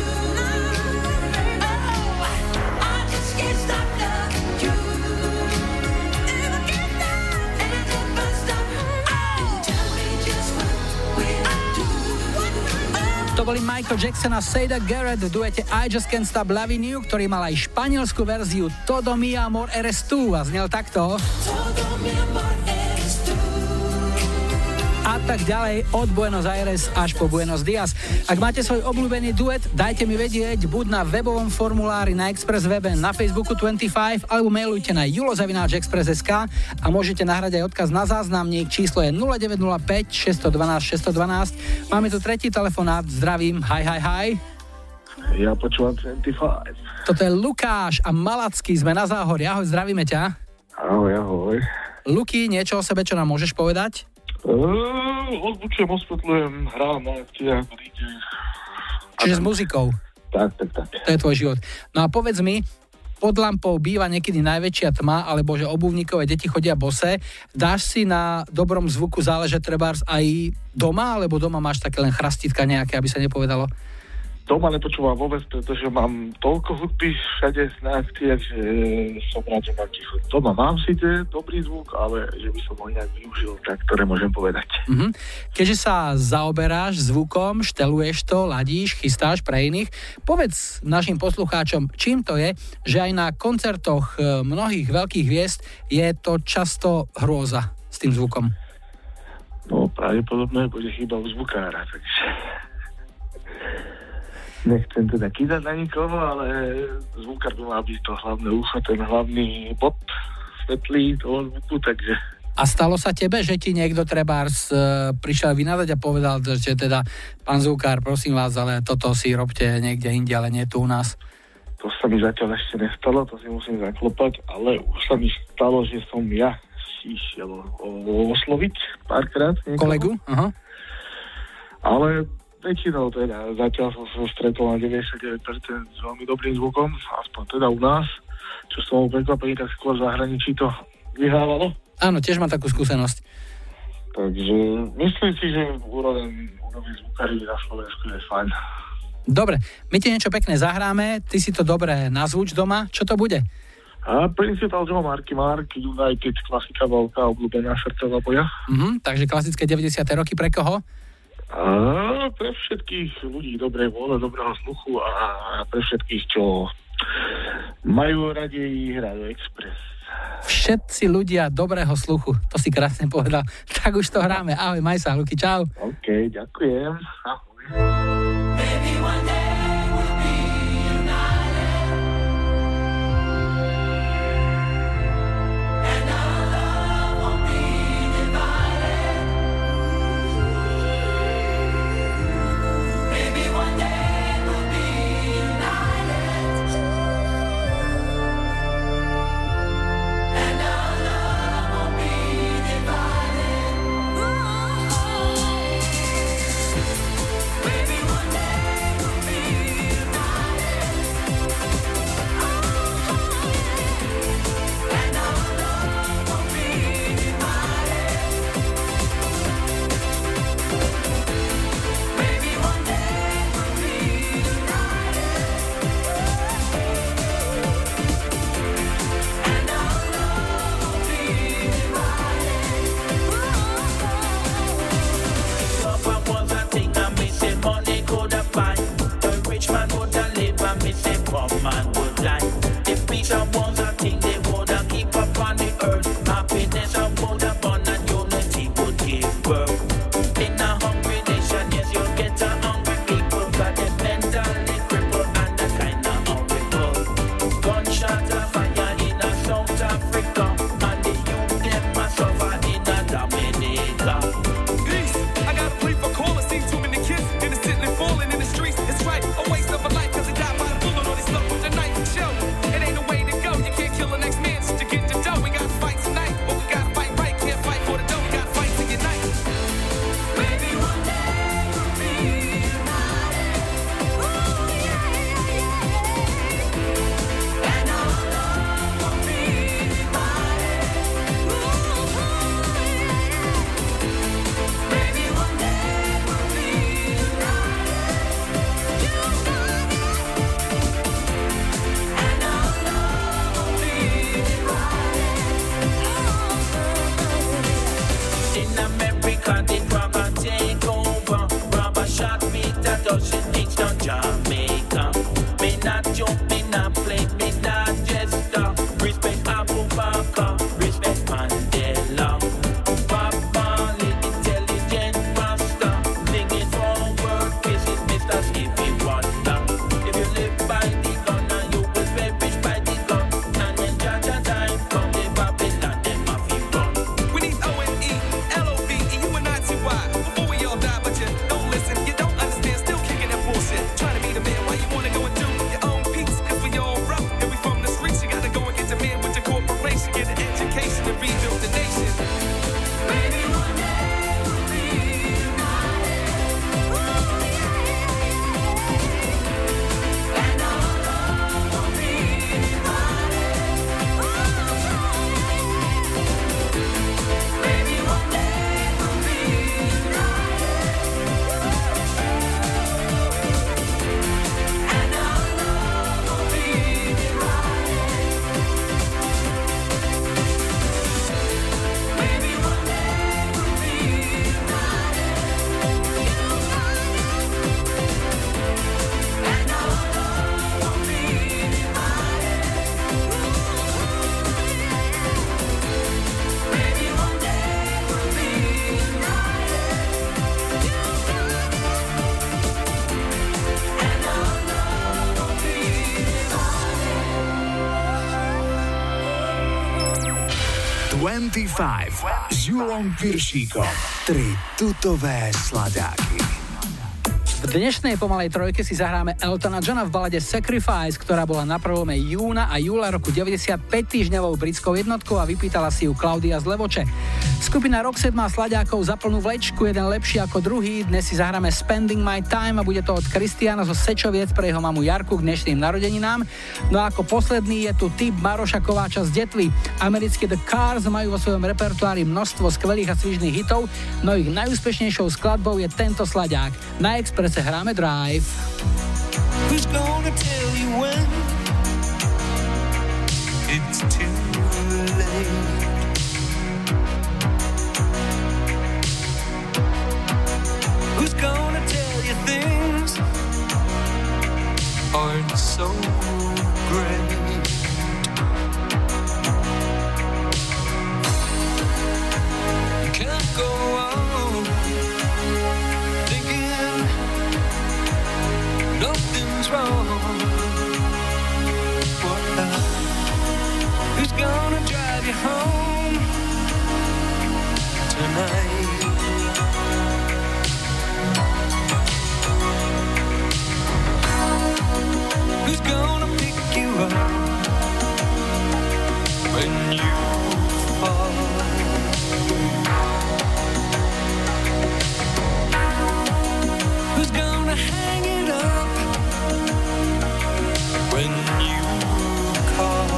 Oh, I just can't stop loving you. If I can't stop, and if I stop, oh, tell me just what will I do? To boli Michael Jackson a Seda Garrett v duete I Just Can't Stop Loving You, ktorý mal aj španielsku verziu Todo mi amor eres tú a znel takto. Todo mi amor eres tú. A tak ďalej od Buenos Aires až po Buenos Dias. Ak máte svoj obľúbený duet, dajte mi vedieť buď na webovom formulári na Express webe, na Facebooku 25 alebo mailujte na julo@express.sk a môžete nahrať aj odkaz na záznamník. Číslo je 0905 612 612. Máme tu tretí telefonát. Zdravím. Hi. Ja počúvam 25. Toto je Lukáš a Malacký. Sme na Záhori. Ahoj, zdravíme ťa. Ahoj. Luky, niečo o sebe, čo nám môžeš povedať? Odbučujem, osvetľujem, hrám na akciách, Čiže s muzikou. Tak. To je tvoj život. No a povedz mi, pod lampou býva niekedy najväčšia tma, alebo že obuvníkové deti chodia bosé. Dáš si na dobrom zvuku záležať trebárs aj doma, alebo doma máš také len chrastitka nejaké, aby sa nepovedalo? Doma nepočúvam vôbec, pretože mám toľko hudby všade z náctiach, že som rád, že mám ticho. Doma mám síce dobrý zvuk, ale že by som ho nejak využil, tak ktoré môžem povedať. Keďže sa zaoberáš zvukom, šteluješ to, ladíš, chystáš pre iných, povedz našim poslucháčom, čím to je, že aj na koncertoch mnohých veľkých hviezd je to často hrôza s tým zvukom. No pravdepodobne bude chyba u zvukára, takže... Nechcem teda kýdať na nikoho, ale zvukár by mal byť to hlavné ucho, ten hlavný bod svetlý toho zvuku, takže... A stalo sa tebe, že ti niekto trebárs prišiel vynadať a povedal, že teda pán zvukár, prosím vás, ale toto si robte niekde inde, ale nie tu u nás? To sa mi zatiaľ ešte nestalo, to si musím zaklopať, ale už sa mi stalo, že som ja išiel osloviť párkrát niekoho. Kolegu? Aha. Ale väčšinou teda, zatiaľ som sa stretol na 99% s veľmi dobrým zvukom, aspoň teda u nás, čo som prekvapený, tak skôr v zahraničí to vyhrávalo. Áno, tiež mám takú skúsenosť. Takže myslím si, že úroveň zvukári na Slovensku je fajn. Dobre, my ti niečo pekné zahráme, ty si to dobre nazvuč doma, čo to bude? A Principal Joe Marky Mark, United, klasika veľká, obľúbená srdcová boja. Takže klasické 90. roky pre koho? A pre všetkých ľudí dobrej vôle, dobrého sluchu a pre všetkých, čo majú radi Radio Express. Všetci ľudia dobrého sluchu, to si krásne povedal. Tak už to hráme. Ahoj, maj sa, Luky, čau. OK, ďakujem. Ahoj. Maybe one day we'll be united, and our love won't be divided. Maybe one day we'll be united, and our love won't be divided. Maybe one day we'll be united, and our love won't be divided. Maybe one day we'll be united, and our love won't be divided. Love was a thing and me say money could have buy. The rich man would have live and me say poor man would die. If peace was a thing they would have keep up on the earth. Happiness would have born and unity would give birth. In a hungry nation, yes, you'll get a hungry people, got them mentally crippled and a kind of horrible. Gunshot a fire in a South Africa, and the youth them a suffer in a Dominica. Peace. I got a plea for calling. Seen too many kids innocently falling in the streets. It's right, a waste of a life, cause they died by the bullet or they stuck with the knife. Show, it ain't a way to go. You can't kill the next man just to get the dough. We gotta fight tonight, but we gotta fight right. Can't fight for the dough, we gotta fight to unite. Maybe one day we'll be united. And our love won't be divided. Maybe one day we'll be united. And our love won't be divided. In America, they rob and take over. Rob a shot, beat a dozen things down Jamaica. Me not joke, me not play, me not jester. Respect Abu Bakr, respect Mandela. Bob Marley, intelligent master. Singing forward, kisses Mr. Stevie Wonder. If you live by the gun, and you will perish by the gun. And when Jaja time come, the Babylon, them have to run. We need O-N-E, L-O-V-E, U-N-I-T-Y. Before we all die, but you don't listen, you don't understand, still kicking that bullshit. Trying to be the man, why you wanna go and do your own piece? 25 s Julom Piršíkom. 3 tutové sladáky. V dnešnej pomalej trojke si zahráme Eltona Johna v balade Sacrifice, ktorá bola na prvome júna a júla roku 95 týždňovou britskou jednotkou a vypýtala si ju Klaudia z Levoče. Skupina Roxette má slaďákov za plnú vlečku, jeden lepší ako druhý. Dnes si zahráme Spending My Time a bude to od Kristiána zo Sečoviec pre jeho mamu Jarku k dnešným narodeninám. No a ako posledný je tu tip Maroša Kováča z Detvy. Americkí The Cars majú vo svojom repertoári množstvo skvelých a svižných hitov, no ich najúspešnejšou skladbou je tento slaďák. Na Expresse hráme Drive. Who's gonna tell you when it's too late? Who's gonna tell you things aren't so great? You can't go on thinking nothing's wrong. Who's gonna drive you home tonight? Who's gonna pick you up when you fall? Who's gonna hang it up when you call?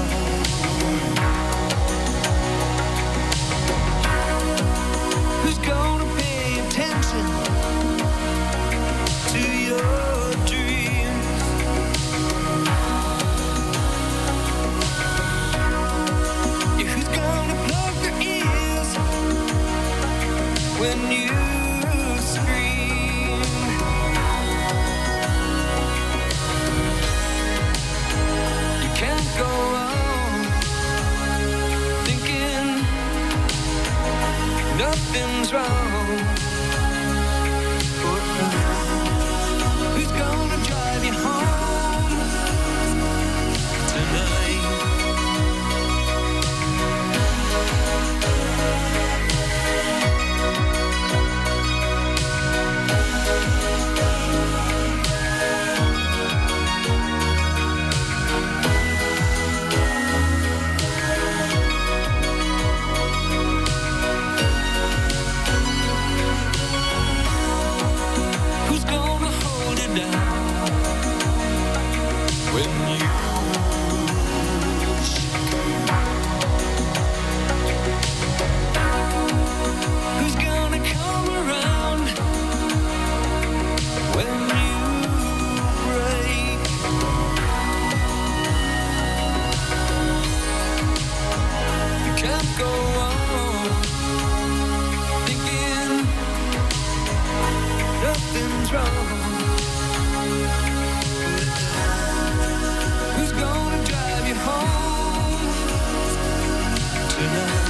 Who's gonna pay attention to your dreams? Yeah, who's gonna plug their ears when you scream? You can't go on thinking nothing's wrong. Who's gonna drive you home tonight? Who's gonna hold it down when you Who's gonna come around when you break? You can't go on thinking nothing's wrong. Who's gonna drive you home tonight?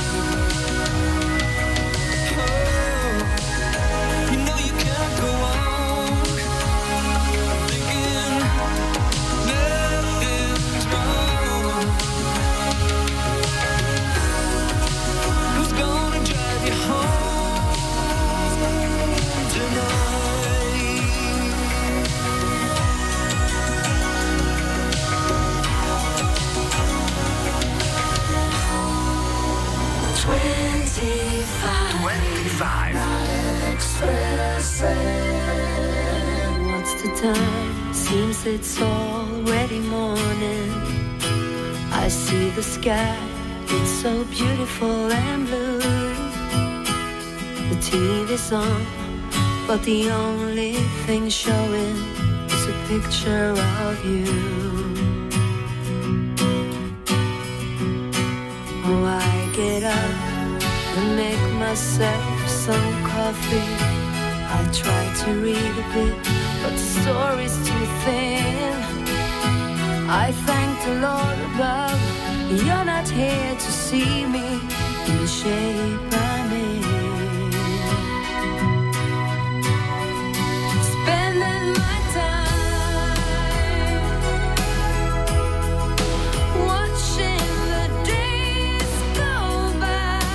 Oh, you know you can't go on thinking nothing's wrong. Who's gonna drive you home tonight? 25. What's the time? Seems it's already morning. I see the sky, it's so beautiful and blue. The TV's on, but the only thing showing is a picture of you. Oh, I get up and make myself some coffee. I try to read a bit, but the story's too thin. I thank the Lord above, you're not here to see me in the shape I'm in. Spending my time watching the days go by.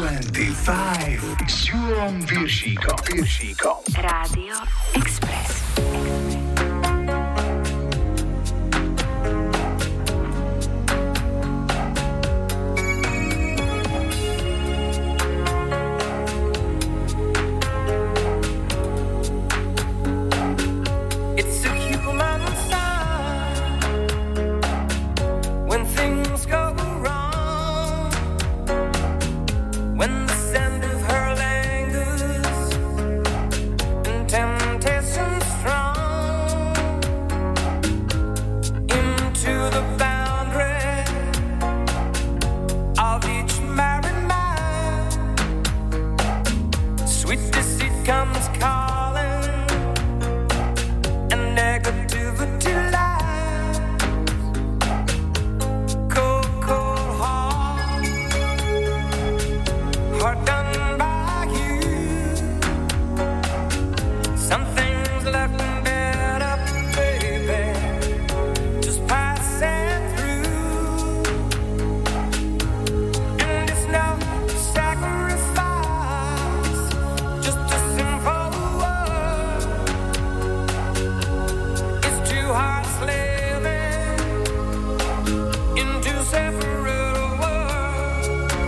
25 s Júlom Piršíkom. Rádio Express. It's a human sign when things go wrong, when the scent of her lingers and temptation strong into the boundary of each married man. Sweet deceit comes calling, negativity lies. Cold, cold heart done by you. Some things left in bed up, baby, just passing through. And it's no sacrifice, just a simple word. Two hearts living in two separate worlds,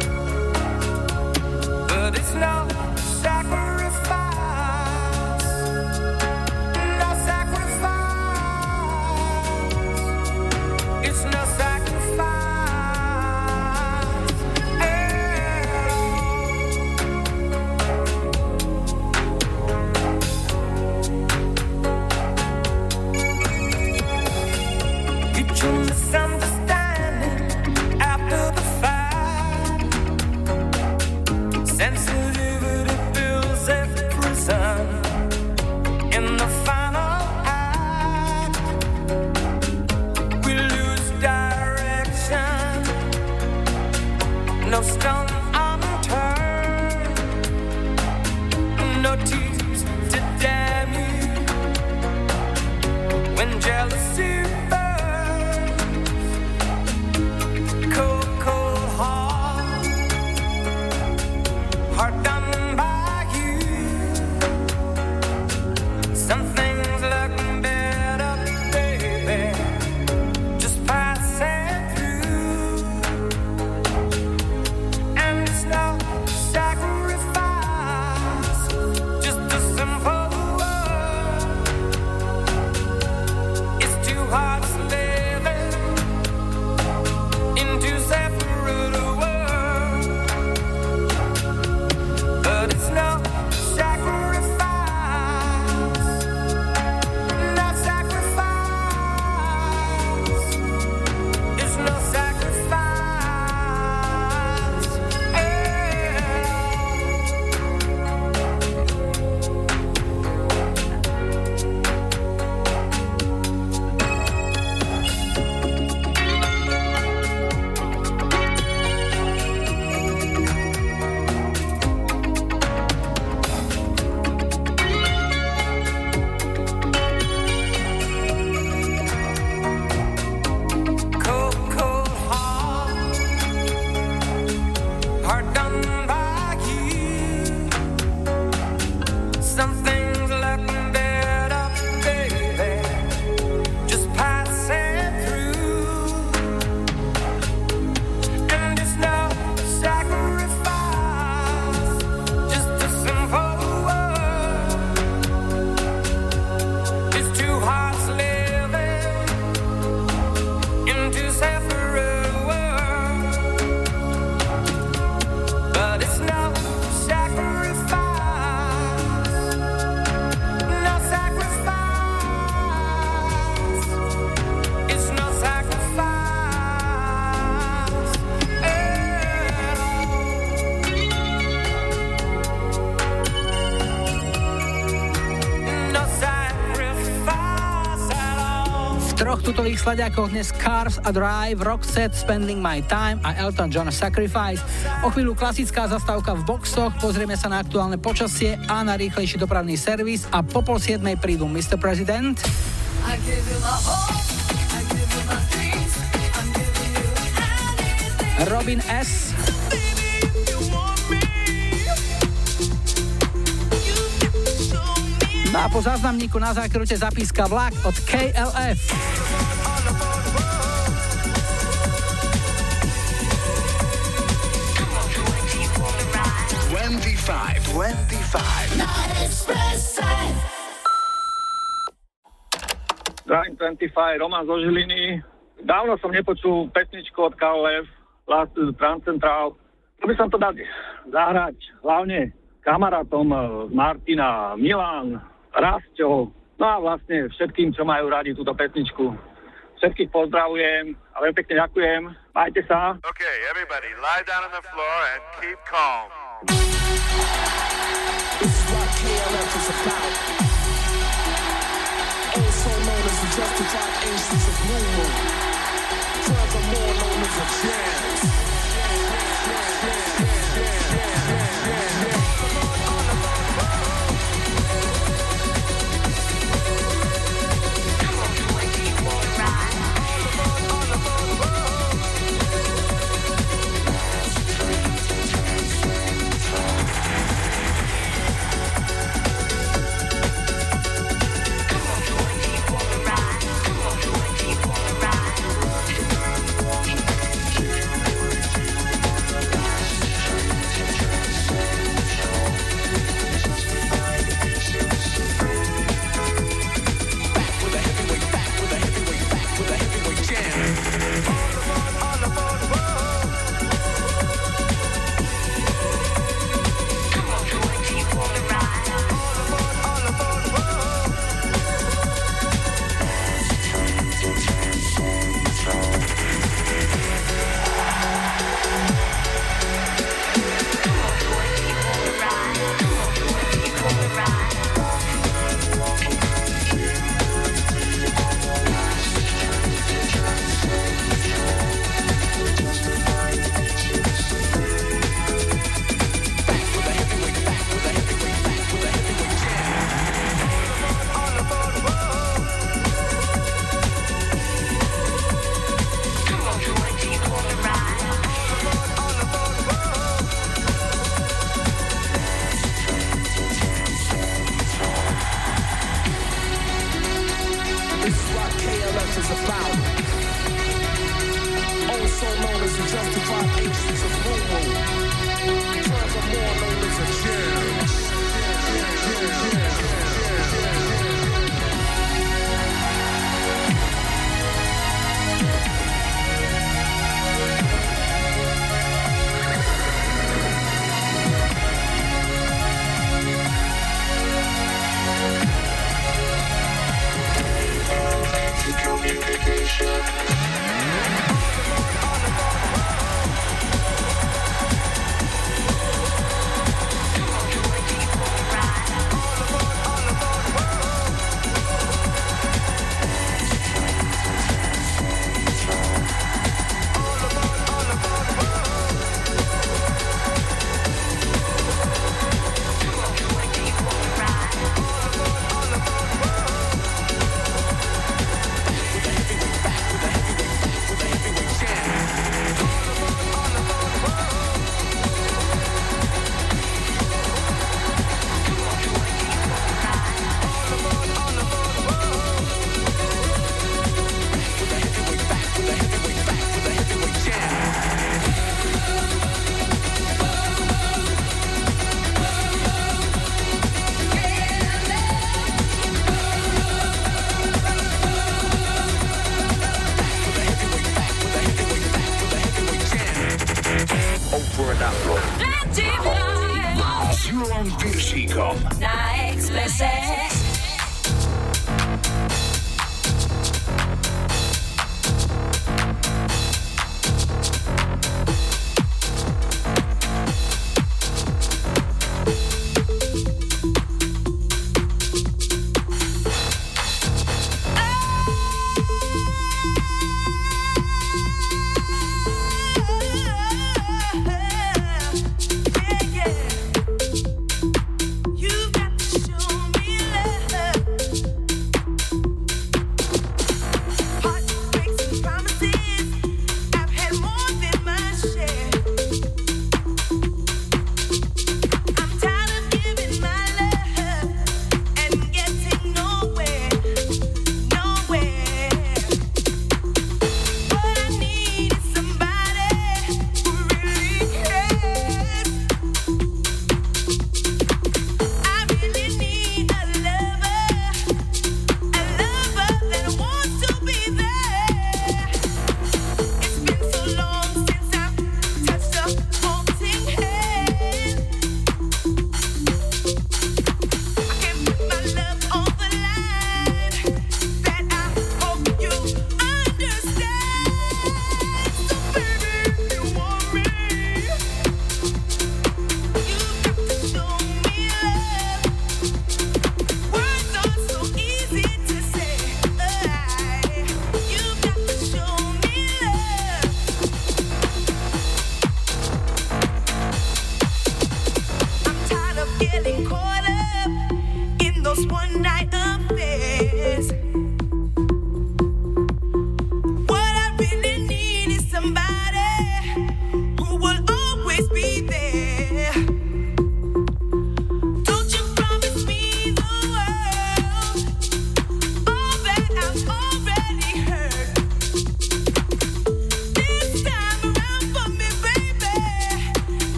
but it's no sacrifice, no sacrifice, it's no sacrifice at all. Your misunderstanding after the fact. Sensitivity builds a prison in the final act. We lose direction, no stone unturned, no tears to damn you when jealousy heart done by you. Some things look better, baby, just passing through. And it's no sacrifice, just a simple word. It's two hearts living in two separate worlds. But it's no sacrifice, no sacrifice, it's no sacrifice heart done by you. Some things look better, baby, just passing through. And it's no sacrifice, just a simple word. It's two hearts living in two separate worlds. But it's no sacrifice, no sacrifice, it's no sacrifice at all. No sacrifice at all. V troch tutových sladiakoch dnes Cars a Drive, Roxette, Spending My Time a Elton John Sacrifice. O chvíľu klasická zastávka v boxoch, pozrieme sa na aktuálne počasie a na rýchlejší dopravný servis a po 6:30 prídu Mr. President. I give you my all, I give you my dreams, I'm giving you anything. Robin S. Baby, if you want me, No a po záznamníku na zákrute zapíska Vlak od KLF. 25 na Expresse. Zdravím 25, Roman zo Žiliny. Dávno som nepočul pesničku od KLF, Last Transcentral. To by som to dal zahrať hlavne kamarátom Martina, Milan, Rasťo, no a vlastne všetkým, čo majú radi túto pesničku. Všetkých pozdravujem a veľmi pekne ďakujem. Majte sa. Okay, everybody, lie down on the floor and keep calm. This is what KLF is about. Also known as the justified ancients of Blue Moon. Furthermore known as the jams. S Julom Piršíkom Na Expresse. You got to show me love.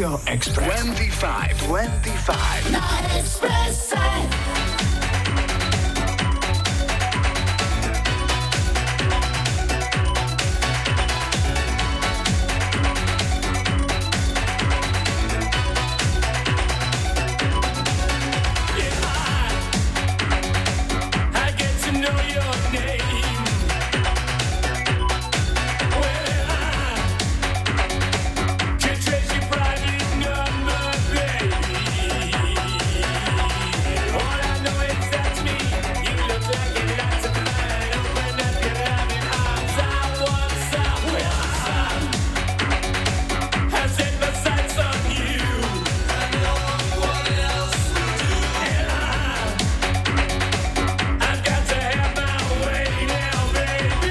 Radio Express. 25 Na Expresse. I get to know your name. Well, I can trace your private number, baby. All I know is that's me. You look like you got to find. Open up your loving arms. I want some. Well, I set my sights on you. I know what else to do. And I've got to have my way now, baby.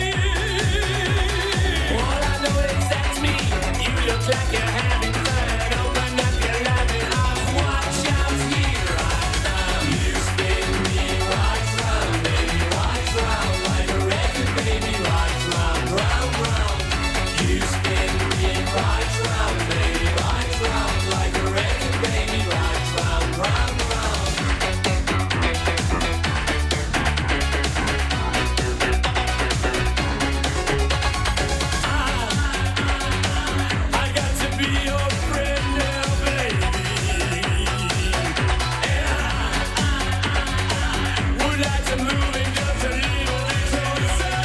All I know is that's me. You look like you're having fun. Open up your loving arms. Watch out, here I come. You spin me right round, baby, right round like a record, baby, right round, round, round. You spin me right round, baby, right round like a record, baby, right round, round, round. I got to be your friend now, baby. And I would like to move in just a little bit closer.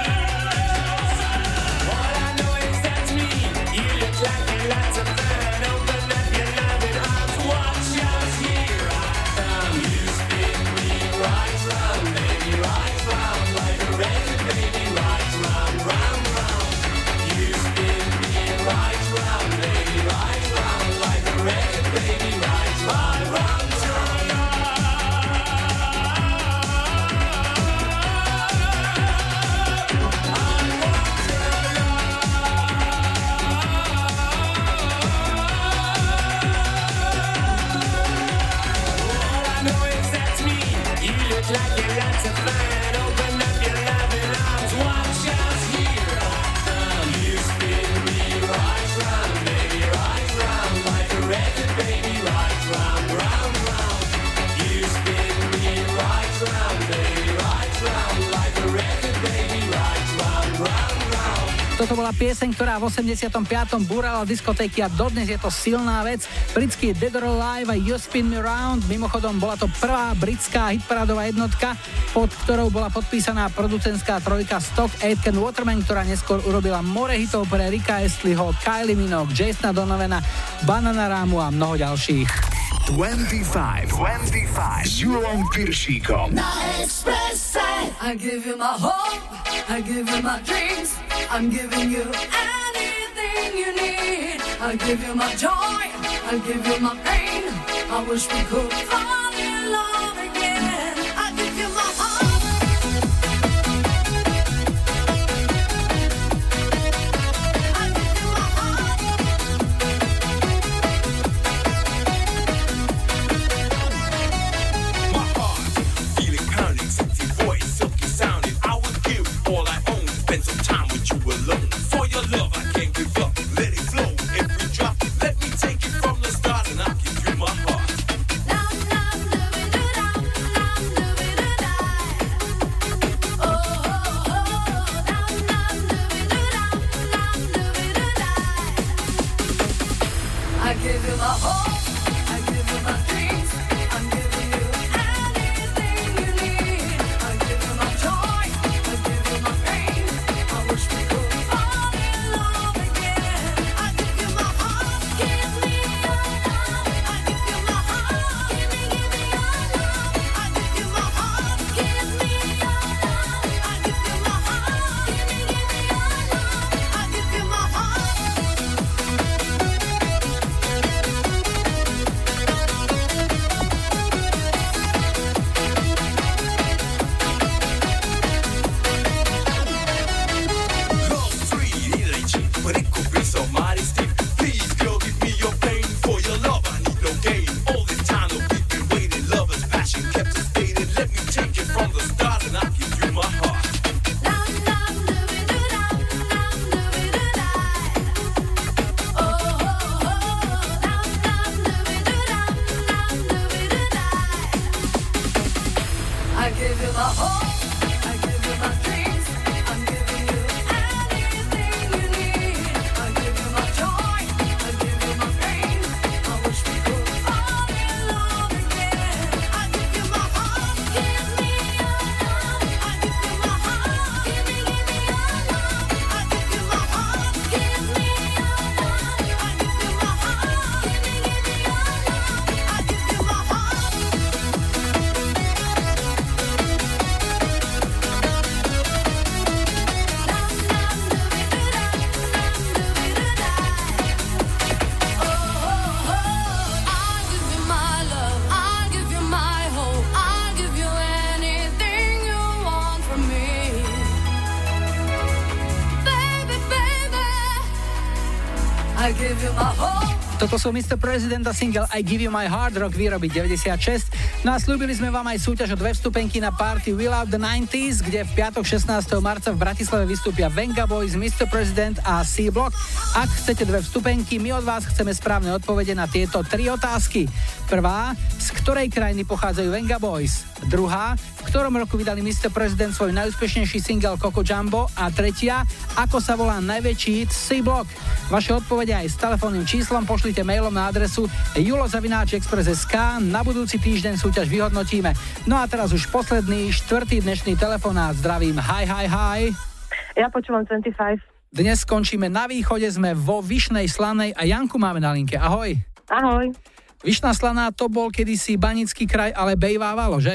All I know is that's me. You look like you like to fun. Open up your loving arms. Watch out, here I come. You spin me right round, baby, right round like a record, baby, right round, round, round. You spin me right round, baby, right round like a record, baby, right round, round, All I know is that's me. You look like you like to fun. Open up your loving arms. Watch out, here I come. You spin me right round, baby, right round like a record, baby, right round, round, round. You spin me right round, baby, right round like a record, baby, right round, round, round. Toto bola pieseň, ktorá v 85. búrala diskotéky a dodnes je to silná vec. Britský Dead or Alive a You Spin Me Round. Mimochodom bola to prvá britská hitparádová jednotka, pod ktorou bola podpísaná producentská trojka Stock Aitken Waterman, ktorá neskôr urobila more hitov pre Ricka Astleyho, Kylie Minogue, Jasona Donovana, Bananaramu a mnoho ďalších. 25 s Julom Piršíkom. Na Expresse. I give you my hope, I give you my dreams, I'm giving you anything you need. I give you my joy, I give you my pain, I wish we could fall in love again. I give you my heart. I give you my heart. My heart, feeling pounding, sexy voice, silky sounding. I would give all I own, spend some time with you alone. For your love, I can't give up, let it flow. Every drop, let me take it from the start, and I'll give you my heart. Love, love, love, love, love. home. I give you my dreams. I'm giving you anything you need. I give you my joy. I give you my pain. I wish we could fall in love again. I give you my heart. Give me your love. I give you my heart. Give me your love. I give you my heart. Give me your love. I give you my heart. Give me your love. I give you my heart. I'll give you my love, I'll give you my hope, I'll give you anything you want from me. Baby, baby, I give you my hope. Toto sú Mr. President a single I Give You My Heart, rok výroby 96. No a slúbili sme vám aj súťaž o 2 vstupenky na party We Love the 90s, kde v piatok 16. marca v Bratislave vystúpia Venga Boys, Mr. President a C-Block. Ak chcete 2 vstupenky, my od vás chceme správne odpovede na tieto 3 otázky. Prvá, z ktorej krajiny pochádzajú Venga Boys? Druhá, v ktorom roku vydali Mr. President svoj najúspešnejší single Coco Jumbo? A tretia, ako sa volá najväčší hit C-Block? Vaše odpovede aj s telefónnym číslom pošlite mailom na adresu julo@express.sk. Na budúci týždeň súťaž vyhodnotíme. No a teraz už posledný, 4. dnešný telefonát. Zdravím, hi. Ja počúvam 25. Dnes skončíme na východe, sme vo Vyšnej Slanej a Janku máme na linke. Ahoj. Ahoj. Vyšná Slaná to bol kedysi Banický kraj, ale bejvávalo, že?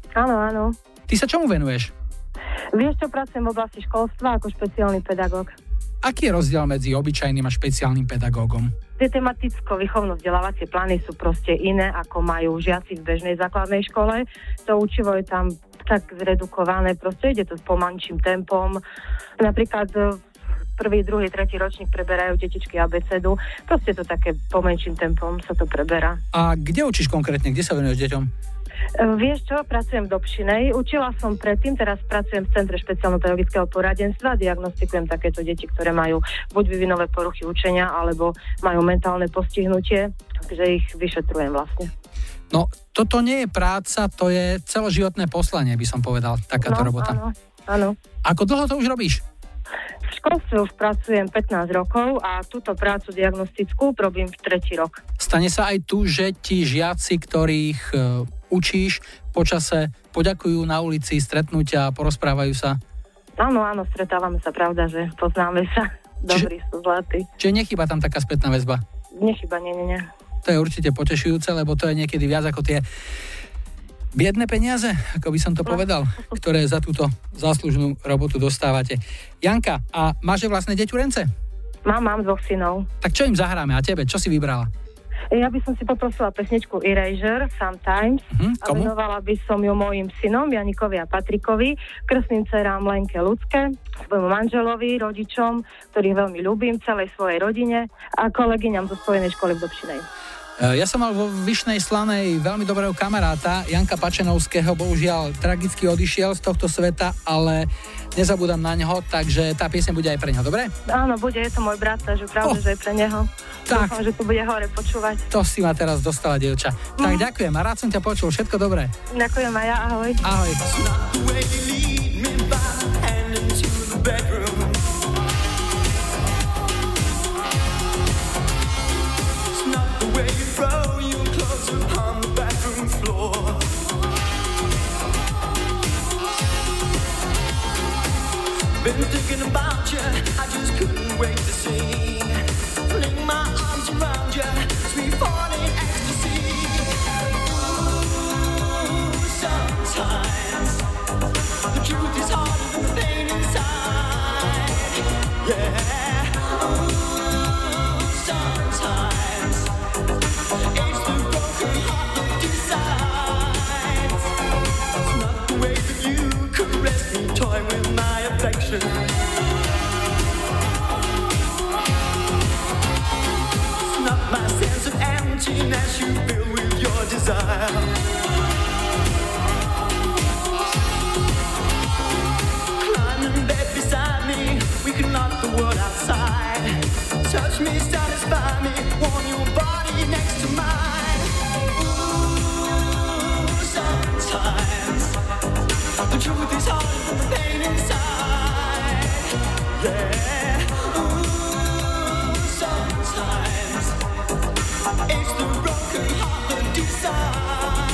Áno. Ty sa čomu venuješ? Vieš čo, pracujem v oblasti školstva ako špeciálny pedagóg. Aký je rozdiel medzi obyčajným a špeciálnym pedagógom? Tie tematicko-výchovno-vzdelávacie plány sú proste iné, ako majú žiaci v bežnej základnej škole. To učivo je tam tak zredukované, proste ide to s pomalším tempom. Napríklad prvý, druhý, tretí ročník preberajú detičky abecedu. Proste to také pomenším tempom sa to preberá. A kde učíš konkrétne? Kde sa venuješ deťom? Vieš čo, pracujem v Dobšinej. Učila som predtým, teraz pracujem v Centre špeciálno-pedagogického poradenstva. Diagnostikujem takéto deti, ktoré majú buď vývinové poruchy učenia, alebo majú mentálne postihnutie, takže ich vyšetrujem vlastne. No, toto nie je práca, to je celoživotné poslanie, by som povedal, takáto robota. Áno. Ako dlho to už robíš? V školstve už pracujem 15 rokov a túto prácu diagnostickú robím v 3. rok. Stane sa aj tu, že ti žiaci, ktorých učíš, počase poďakujú na ulici, stretnutia, porozprávajú sa? Áno, stretávame sa, pravda, že poznáme sa. Dobrí sú, zlatí. Čiže nechýba tam taká spätná väzba? Nechýba, nie. To je určite potešujúce, lebo to je niekedy viac ako tie biedne peniaze, ako by som to povedal, ktoré za túto záslužnú robotu dostávate. Janka, a máš vlastné deťurence? Mám 2 synov. Tak čo im zahráme a tebe? Čo si vybrala? Ja by som si poprosila pesničku Erasure, Sometimes, a venovala by som ju mojim synom, Janikovi a Patrikovi, krstným dcerám Lenke Ľudské, svojmu manželovi, rodičom, ktorých veľmi ľúbim, celej svojej rodine a kolegyňam zo Spojenej školy v Dobšinej. Ja som mal vo Vyšnej Slanej veľmi dobrého kamaráta, Janka Pačenovského, bohužiaľ tragicky odišiel z tohto sveta, ale nezabúdam na neho, takže tá pieseň bude aj pre neho, dobre? Áno, bude, je to môj brat, takže pravda, že aj pre neho. Tak. Dúfam, že to bude hore počúvať. To si ma teraz dostala, dievča. Tak ďakujem a rád som ťa počul, všetko dobré. Ďakujem aj ja, ahoj. Ahoj. Been thinking about you, I just couldn't wait to see. Fling my arms around you, sweet falling ecstasy. Ooh, sometimes the truth is harder than the pain inside. Yeah. Ooh, sometimes it's the broken heart that decides. It's not the way that you caress me, toy with my affection. is harder than the pain inside. Yeah, ooh, sometimes it's the broken heart that decides.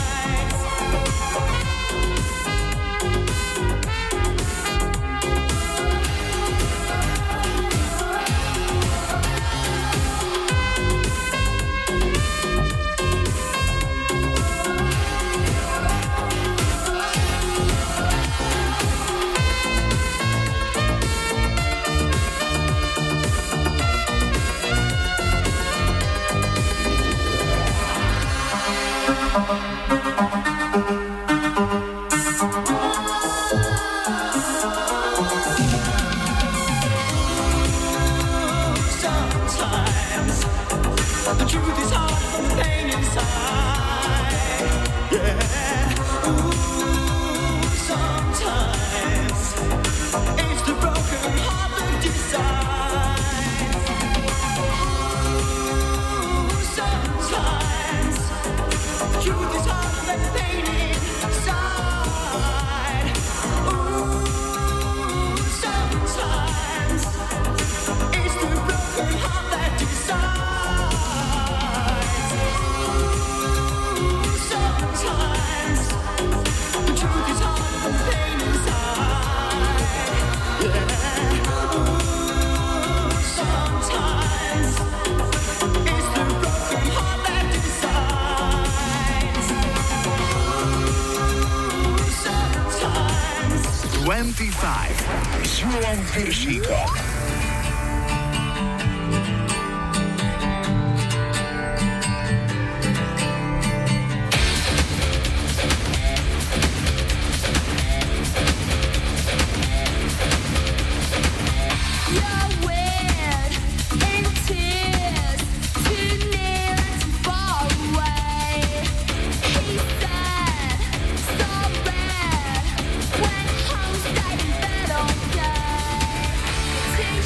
Sometimes the truth is harder than the pain inside. Yeah, ooh, sometimes it's the broken heart that decides. Ooh, sometimes the truth is harder than the pain inside. Ooh, sometimes it's the broken heart that decides. Ooh, sometimes the truth is harder than the pain inside. Yeah. Ooh, sometimes it's the broken heart that decides. Ooh, sometimes 25 s Julom Piršíkom. Take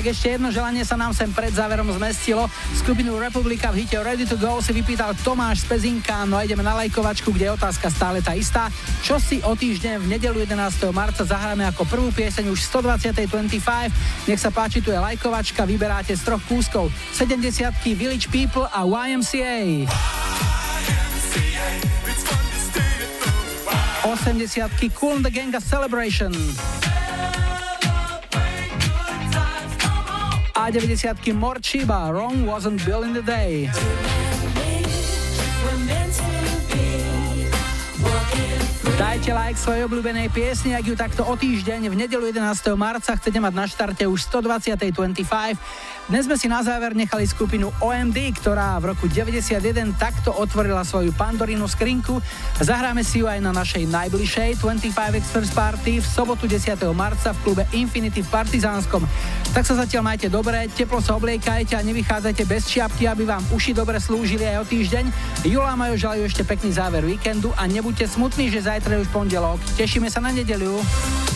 ešte jedno želanie sa nám sem pred záverom zmestilo. Skupinu Republika v hite Ready to Go si vypýtal Tomáš z Pezinka, no a ideme na lajkovačku, kde je otázka stále tá istá. Čo si o týždeň v nedeľu 11. marca zahráme ako prvú pieseň už 120.25. Nech sa páči, tu je lajkovačka, vyberáte z 3 kúskov. 70-ky Village People a YMCA. 80-ky Kool and the Gang a Celebration. A 90-ky Morchiba, Wrong Wasn't Built in the Day. Dajte like svojej obľúbenej piesni, ak ju takto o týždeň v nedeľu 11. marca chcete mať na štarte už 120.25. Dnes sme si na záver nechali skupinu OMD, ktorá v roku 91 takto otvorila svoju Pandorínu skrinku. Zahráme si ju aj na našej najbližšej 25 Express Party v sobotu 10. marca v klube Infinity v Partizánskom. Tak sa zatiaľ majte dobre, teplo sa obliekajte a nevychádzajte bez čiapky, aby vám uši dobre slúžili aj o týždeň. Jula a Majo želajú ešte pekný záver víkendu a nebuďte smutní, že zajtra je už pondelok. Tešíme sa na nedeľu.